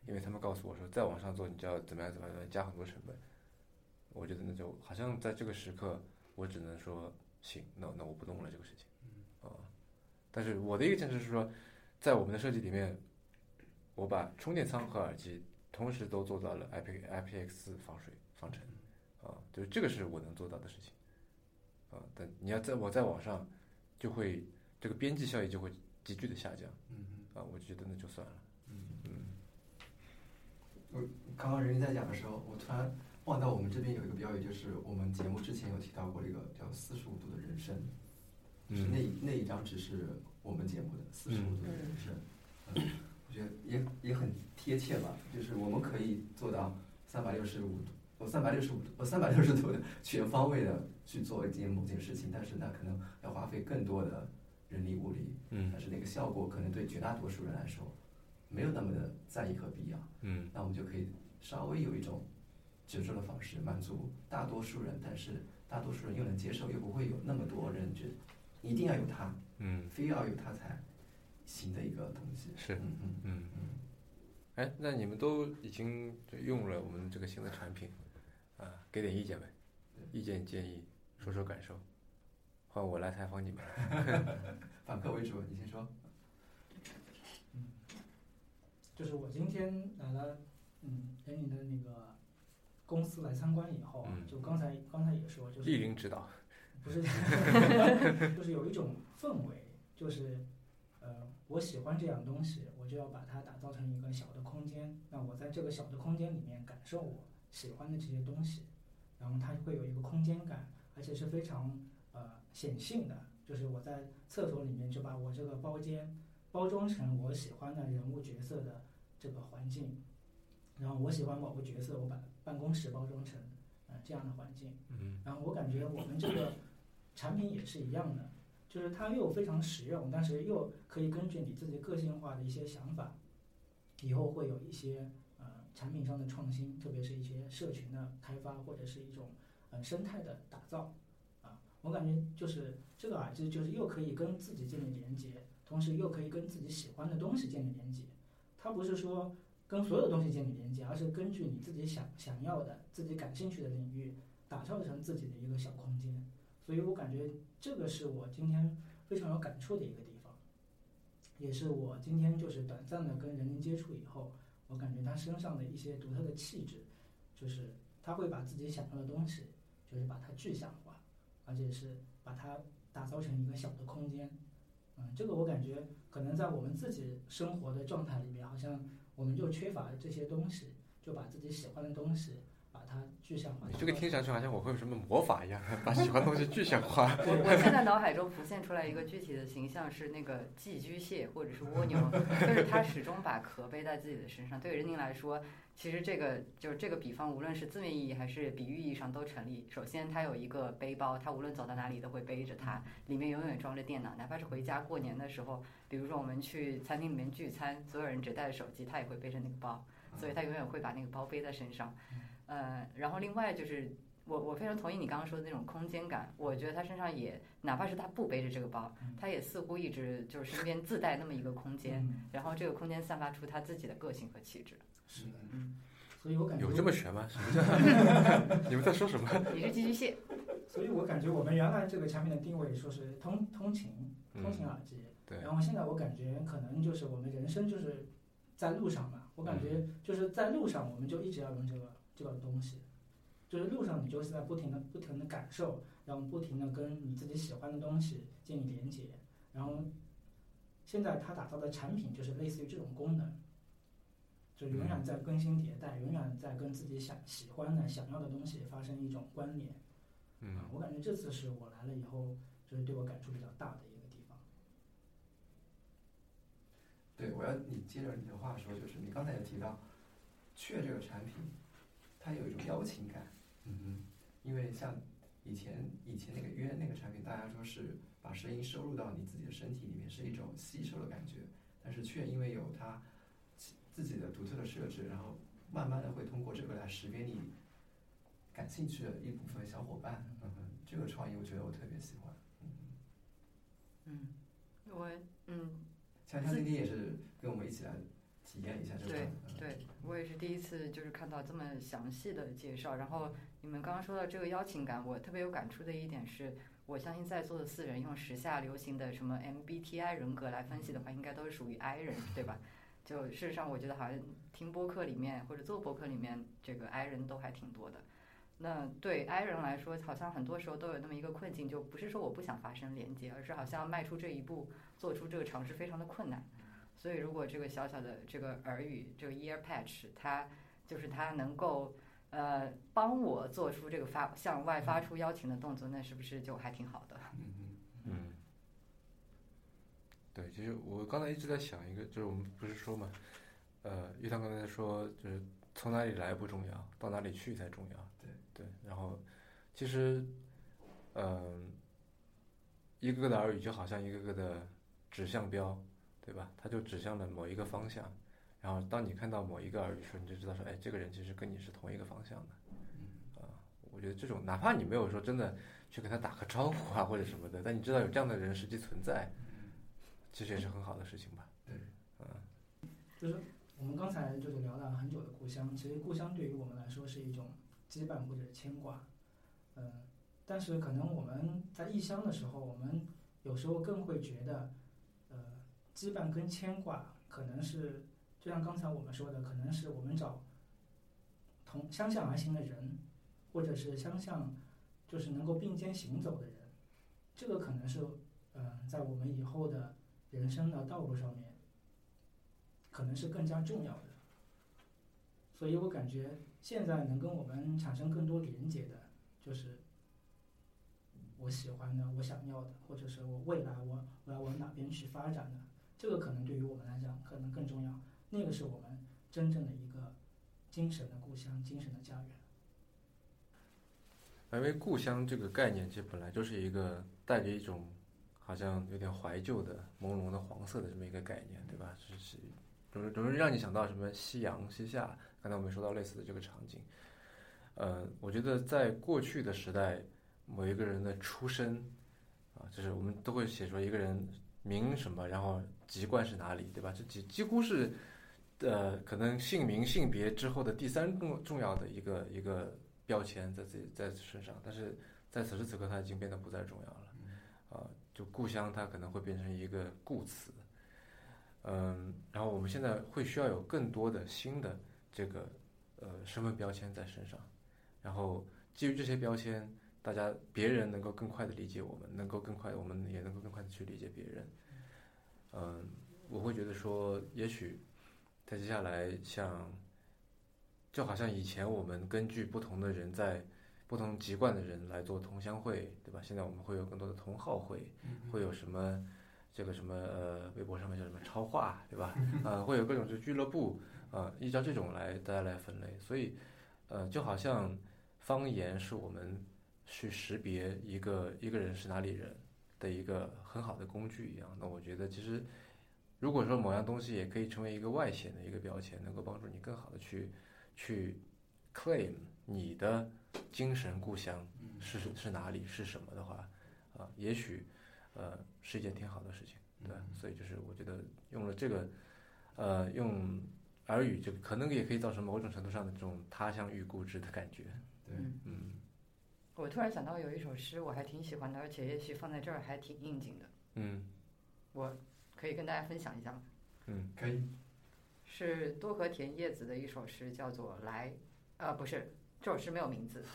因为他们告诉我说再往上做你就要怎么样怎么样加很多成本。我觉得那就好像在这个时刻，我只能说行，那那我不弄了这个事情。啊，但是我的一个坚持是说，在我们的设计里面，我把充电仓和耳机同时都做到了 I P I P X 防水防尘。啊，就是这个是我能做到的事情。啊，但你要在我在网上，就会这个边际效益就会急剧的下降。 嗯啊，我觉得那就算了。 嗯嗯。 我刚刚人云在讲的时候，我突然望到我们这边有一个标语，就是我们节目之前有提到过一个叫四十五度的人生，就是那一那一张纸是我们节目的四十五度的人生。嗯，我觉得也也很贴切吧，就是我们可以做到三百六十五度。我三百六十五度，我三百六十度的全方位的去做一件某件事情，但是那可能要花费更多的人力物力， 嗯， 但是那个效果可能对绝大多数人来说没有那么的在意和必要， 嗯， 那我们就可以稍微有一种折中的方式满足大多数人，但是大多数人又能接受，又不会有那么多人觉得一定要有它， 嗯， 非要有它才行的一个东西。 是， 嗯嗯嗯嗯。哎，那你们都已经用了我们这个新的产品。啊，给点意见呗，意见建议，说说感受，换我来采访你们。 反客为主，你先说。 嗯，就是我今天来了，嗯，人宁的那个公司来参观以后啊， 嗯、 就刚才刚才也说，就是莅临指导， 不是，就是有一种氛围，就是呃，我喜欢这样东西，我就要把它打造成一个小的空间，那我在这个小的空间里面感受我喜欢的这些东西，然后它会有一个空间感，而且是非常呃显性的。就是我在厕所里面就把我这个包间包装成我喜欢的人物角色的这个环境，然后我喜欢某个角色，我把办公室包装成呃这样的环境。 嗯， 然后我感觉我们这个产品也是一样的，就是它又非常实用，但是又可以根据你自己个性化的一些想法，以后会有一些。产品上的创新，特别是一些社群的开发，或者是一种呃生态的打造，啊，我感觉就是这个耳机就是又可以跟自己建立连接，同时又可以跟自己喜欢的东西建立连接。它不是说跟所有东西建立连接，而是根据你自己想想要的、自己感兴趣的领域，打造成自己的一个小空间。所以我感觉这个是我今天非常有感触的一个地方，也是我今天就是短暂的跟人宁接触以后。我感觉他身上的一些独特的气质，就是他会把自己想要的东西，就是把它具象化，而且是把它打造成一个小的空间。嗯，这个我感觉可能在我们自己生活的状态里面，好像我们就缺乏这些东西，就把自己喜欢的东西把它具象化。 你这个听上去好像我会有什么魔法一样，把喜欢的东西具象化。 我我现在脑海中浮现出来一个具体的形象是那个寄居蟹或者是蜗牛，就是它始终把壳背在自己的身上。对于人宁来说，其实这个就是这个比方，无论是字面意义还是比喻意义上都成立。首先，它有一个背包，它无论走到哪里都会背着它，里面永远装着电脑，哪怕是回家过年的时候，比如说我们去餐厅里面聚餐，所有人只带着手机，它也会背着那个包，所以它永远会把那个包背在身上。呃，然后另外就是我我非常同意你刚刚说的那种空间感，我觉得他身上也哪怕是他不背着这个包，他也似乎一直就是身边自带那么一个空间，然后这个空间散发出他自己的个性和气质。 是的，嗯，所以我感觉有这么玄吗？什么叫？你们在说什么？ 你是寄居蟹。 所以我感觉我们原来这个产品的定位说是通通勤通勤耳机， 对。 然后现在我感觉可能就是我们人生就是在路上嘛，我感觉就是在路上我们就一直要用这个。这个东西，就是路上你就是在不停的、不停的感受，然后不停的跟你自己喜欢的东西建立连接，然后现在它打造的产品就是类似于这种功能，就永远在更新迭代，永远在跟自己想喜欢的、想要的东西发生一种关联。 嗯， 我感觉这次是我来了以后，就是对我感触比较大的一个地方。 对，我要你接着你的话说，就是你刚才也提到，雀这个产品。它有一种邀请感，嗯嗯，因为像以前以前那个约那个产品，大家说是把声音收入到你自己的身体里面，是一种吸收的感觉，但是却因为有它自己的独特的设置，然后慢慢的会通过这个来识别你感兴趣的一部分小伙伴，嗯哼，这个创意我觉得我特别喜欢，嗯嗯，我嗯， 像像今天也是跟我们一起来体验一下这个。 对对，我也是第一次就是看到这么详细的介绍。然后你们刚刚说到这个邀请感，我特别有感触的一点是，我相信在座的四人用时下流行的什么 M B T I 人格来分析的话，应该都是属于 I 人，对吧？就事实上，我觉得好像听播客里面或者做播客里面，这个 I 人都还挺多的。那对 I 人来说，好像很多时候都有那么一个困境，就不是说我不想发生连接，而是好像迈出这一步，做出这个尝试非常的困难。所以如果这个小小的这个耳语，这个 ear patch， 它就是它能够呃帮我做出这个发向外发出邀请的动作，那是不是就还挺好的？ 嗯嗯。对，其实我刚才一直在想一个，就是我们不是说嘛，呃，玉堂刚才说，就是从哪里来不重要，到哪里去才重要。 对对，然后其实，嗯、呃，一个个的耳语就好像一个个的指向标，对吧？它就指向了某一个方向，然后当你看到某一个耳语时，你就知道说，哎，这个人其实跟你是同一个方向的。啊、呃，我觉得这种哪怕你没有说真的去跟他打个招呼啊或者什么的，但你知道有这样的人实际存在。其实也是很好的事情吧。 对， 嗯， 就是我们刚才就是聊了很久的故乡，其实故乡对于我们来说是一种羁绊或者是牵挂，嗯，但是可能我们在异乡的时候，我们有时候更会觉得，呃，羁绊跟牵挂可能是，就像刚才我们说的，可能是我们找同相向而行的人，或者是相向就是能够并肩行走的人，这个可能是，嗯、呃，在我们以后的人生的道路上面，可能是更加重要的。所以我感觉现在能跟我们产生更多连接的，就是我喜欢的、我想要的，或者是我未来我我要往哪边去发展的，这个可能对于我们来讲可能更重要。那个是我们真正的一个精神的故乡、精神的家园。 因为故乡这个概念，其实本来就是一个带着一种好像有点怀旧的、朦胧的黄色的这么一个概念，对吧？是是，容易让你想到什么夕阳西下。刚才我们说到类似的这个场景。呃，我觉得在过去的时代，某一个人的出身啊，就是我们都会写说一个人名什么，然后籍贯是哪里，对吧？这几几乎是呃，可能姓名、性别之后的第三重重要的一个一个标签在自己在身上，但是在此时此刻，它已经变得不再重要了。啊，就故乡它可能会变成一个故词，嗯，然后我们现在会需要有更多的新的这个呃身份标签在身上，然后基于这些标签，大家别人能够更快的理解我们，能够更快，我们也能够更快的去理解别人。嗯，我会觉得说，也许在接下来像，就好像以前我们根据不同的人在。不同籍贯的人来做同乡会，对吧？现在我们会有更多的同好会，会有什么这个什么呃，微博上面叫什么超话，对吧？呃，会有各种就俱乐部，呃，依照这种来大家来分类。所以，呃，就好像方言是我们去识别一个一个人是哪里人的一个很好的工具一样。那我觉得其实，如果说某样东西也可以成为一个外显的一个标签，能够帮助你更好的去去 claim 你的精神故乡是是哪里是什么的话，啊，也许呃是一件挺好的事情，对吧？所以就是我觉得用了这个呃用耳语，就可能也可以造成某种程度上的这种他乡遇故知的感觉。 对， 嗯。 我突然想到有一首诗我还挺喜欢的，而且也许放在这儿还挺应景的。 嗯， 我可以跟大家分享一下吗？ 嗯， 可以。 是多和田叶子的一首诗，叫做《来》，呃，不是，这首诗没有名字。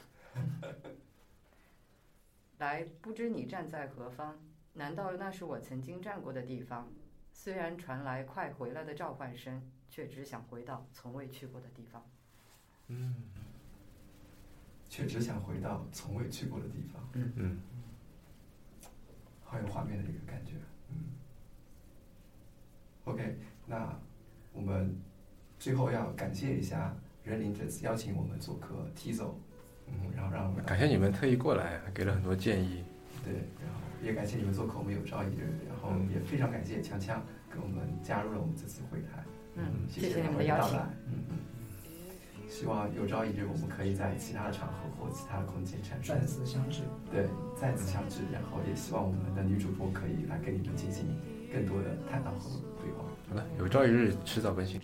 来，不知你站在何方？难道那是我曾经站过的地方？虽然传来快回来的召唤声，却只想回到从未去过的地方。 嗯， 却只想回到从未去过的地方。 嗯嗯， 好有画面的一个感觉。嗯。OK， 那我们最后要感谢一下任林这次邀请我们做客 T 走。嗯，然后让我们感谢你们特意过来，还给了很多建议。 对，然后也感谢你们做客我们有朝一日，然后也非常感谢强强跟我们加入了我们这次会谈。 嗯， 谢谢你们的邀请。 嗯嗯，希望有朝一日我们可以在其他的场合或其他的空间产生再次相聚。 对，再次相聚，然后也希望我们的女主播可以来跟你们进行更多的探讨和对话。 好的，有朝一日迟早更新。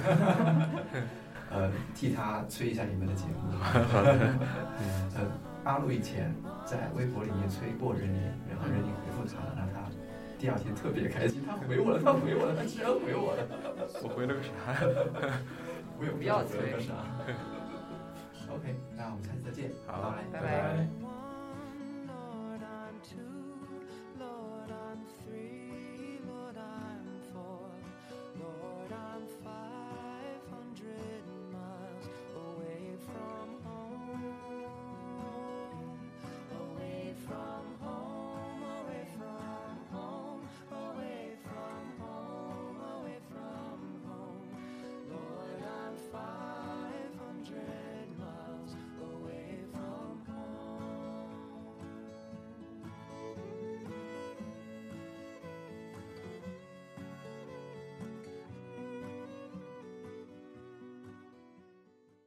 呃，替他催一下你们的节目。 好的。 呃，阿路以前在微博里面催过任宁，然后任宁回复他了，让他第二天特别开心，他回我了，他回我了，他居然回我了。 我回了个啥？ 我也不不要知道回了个催啥。OK，那我们下次再见。 好， 拜拜拜。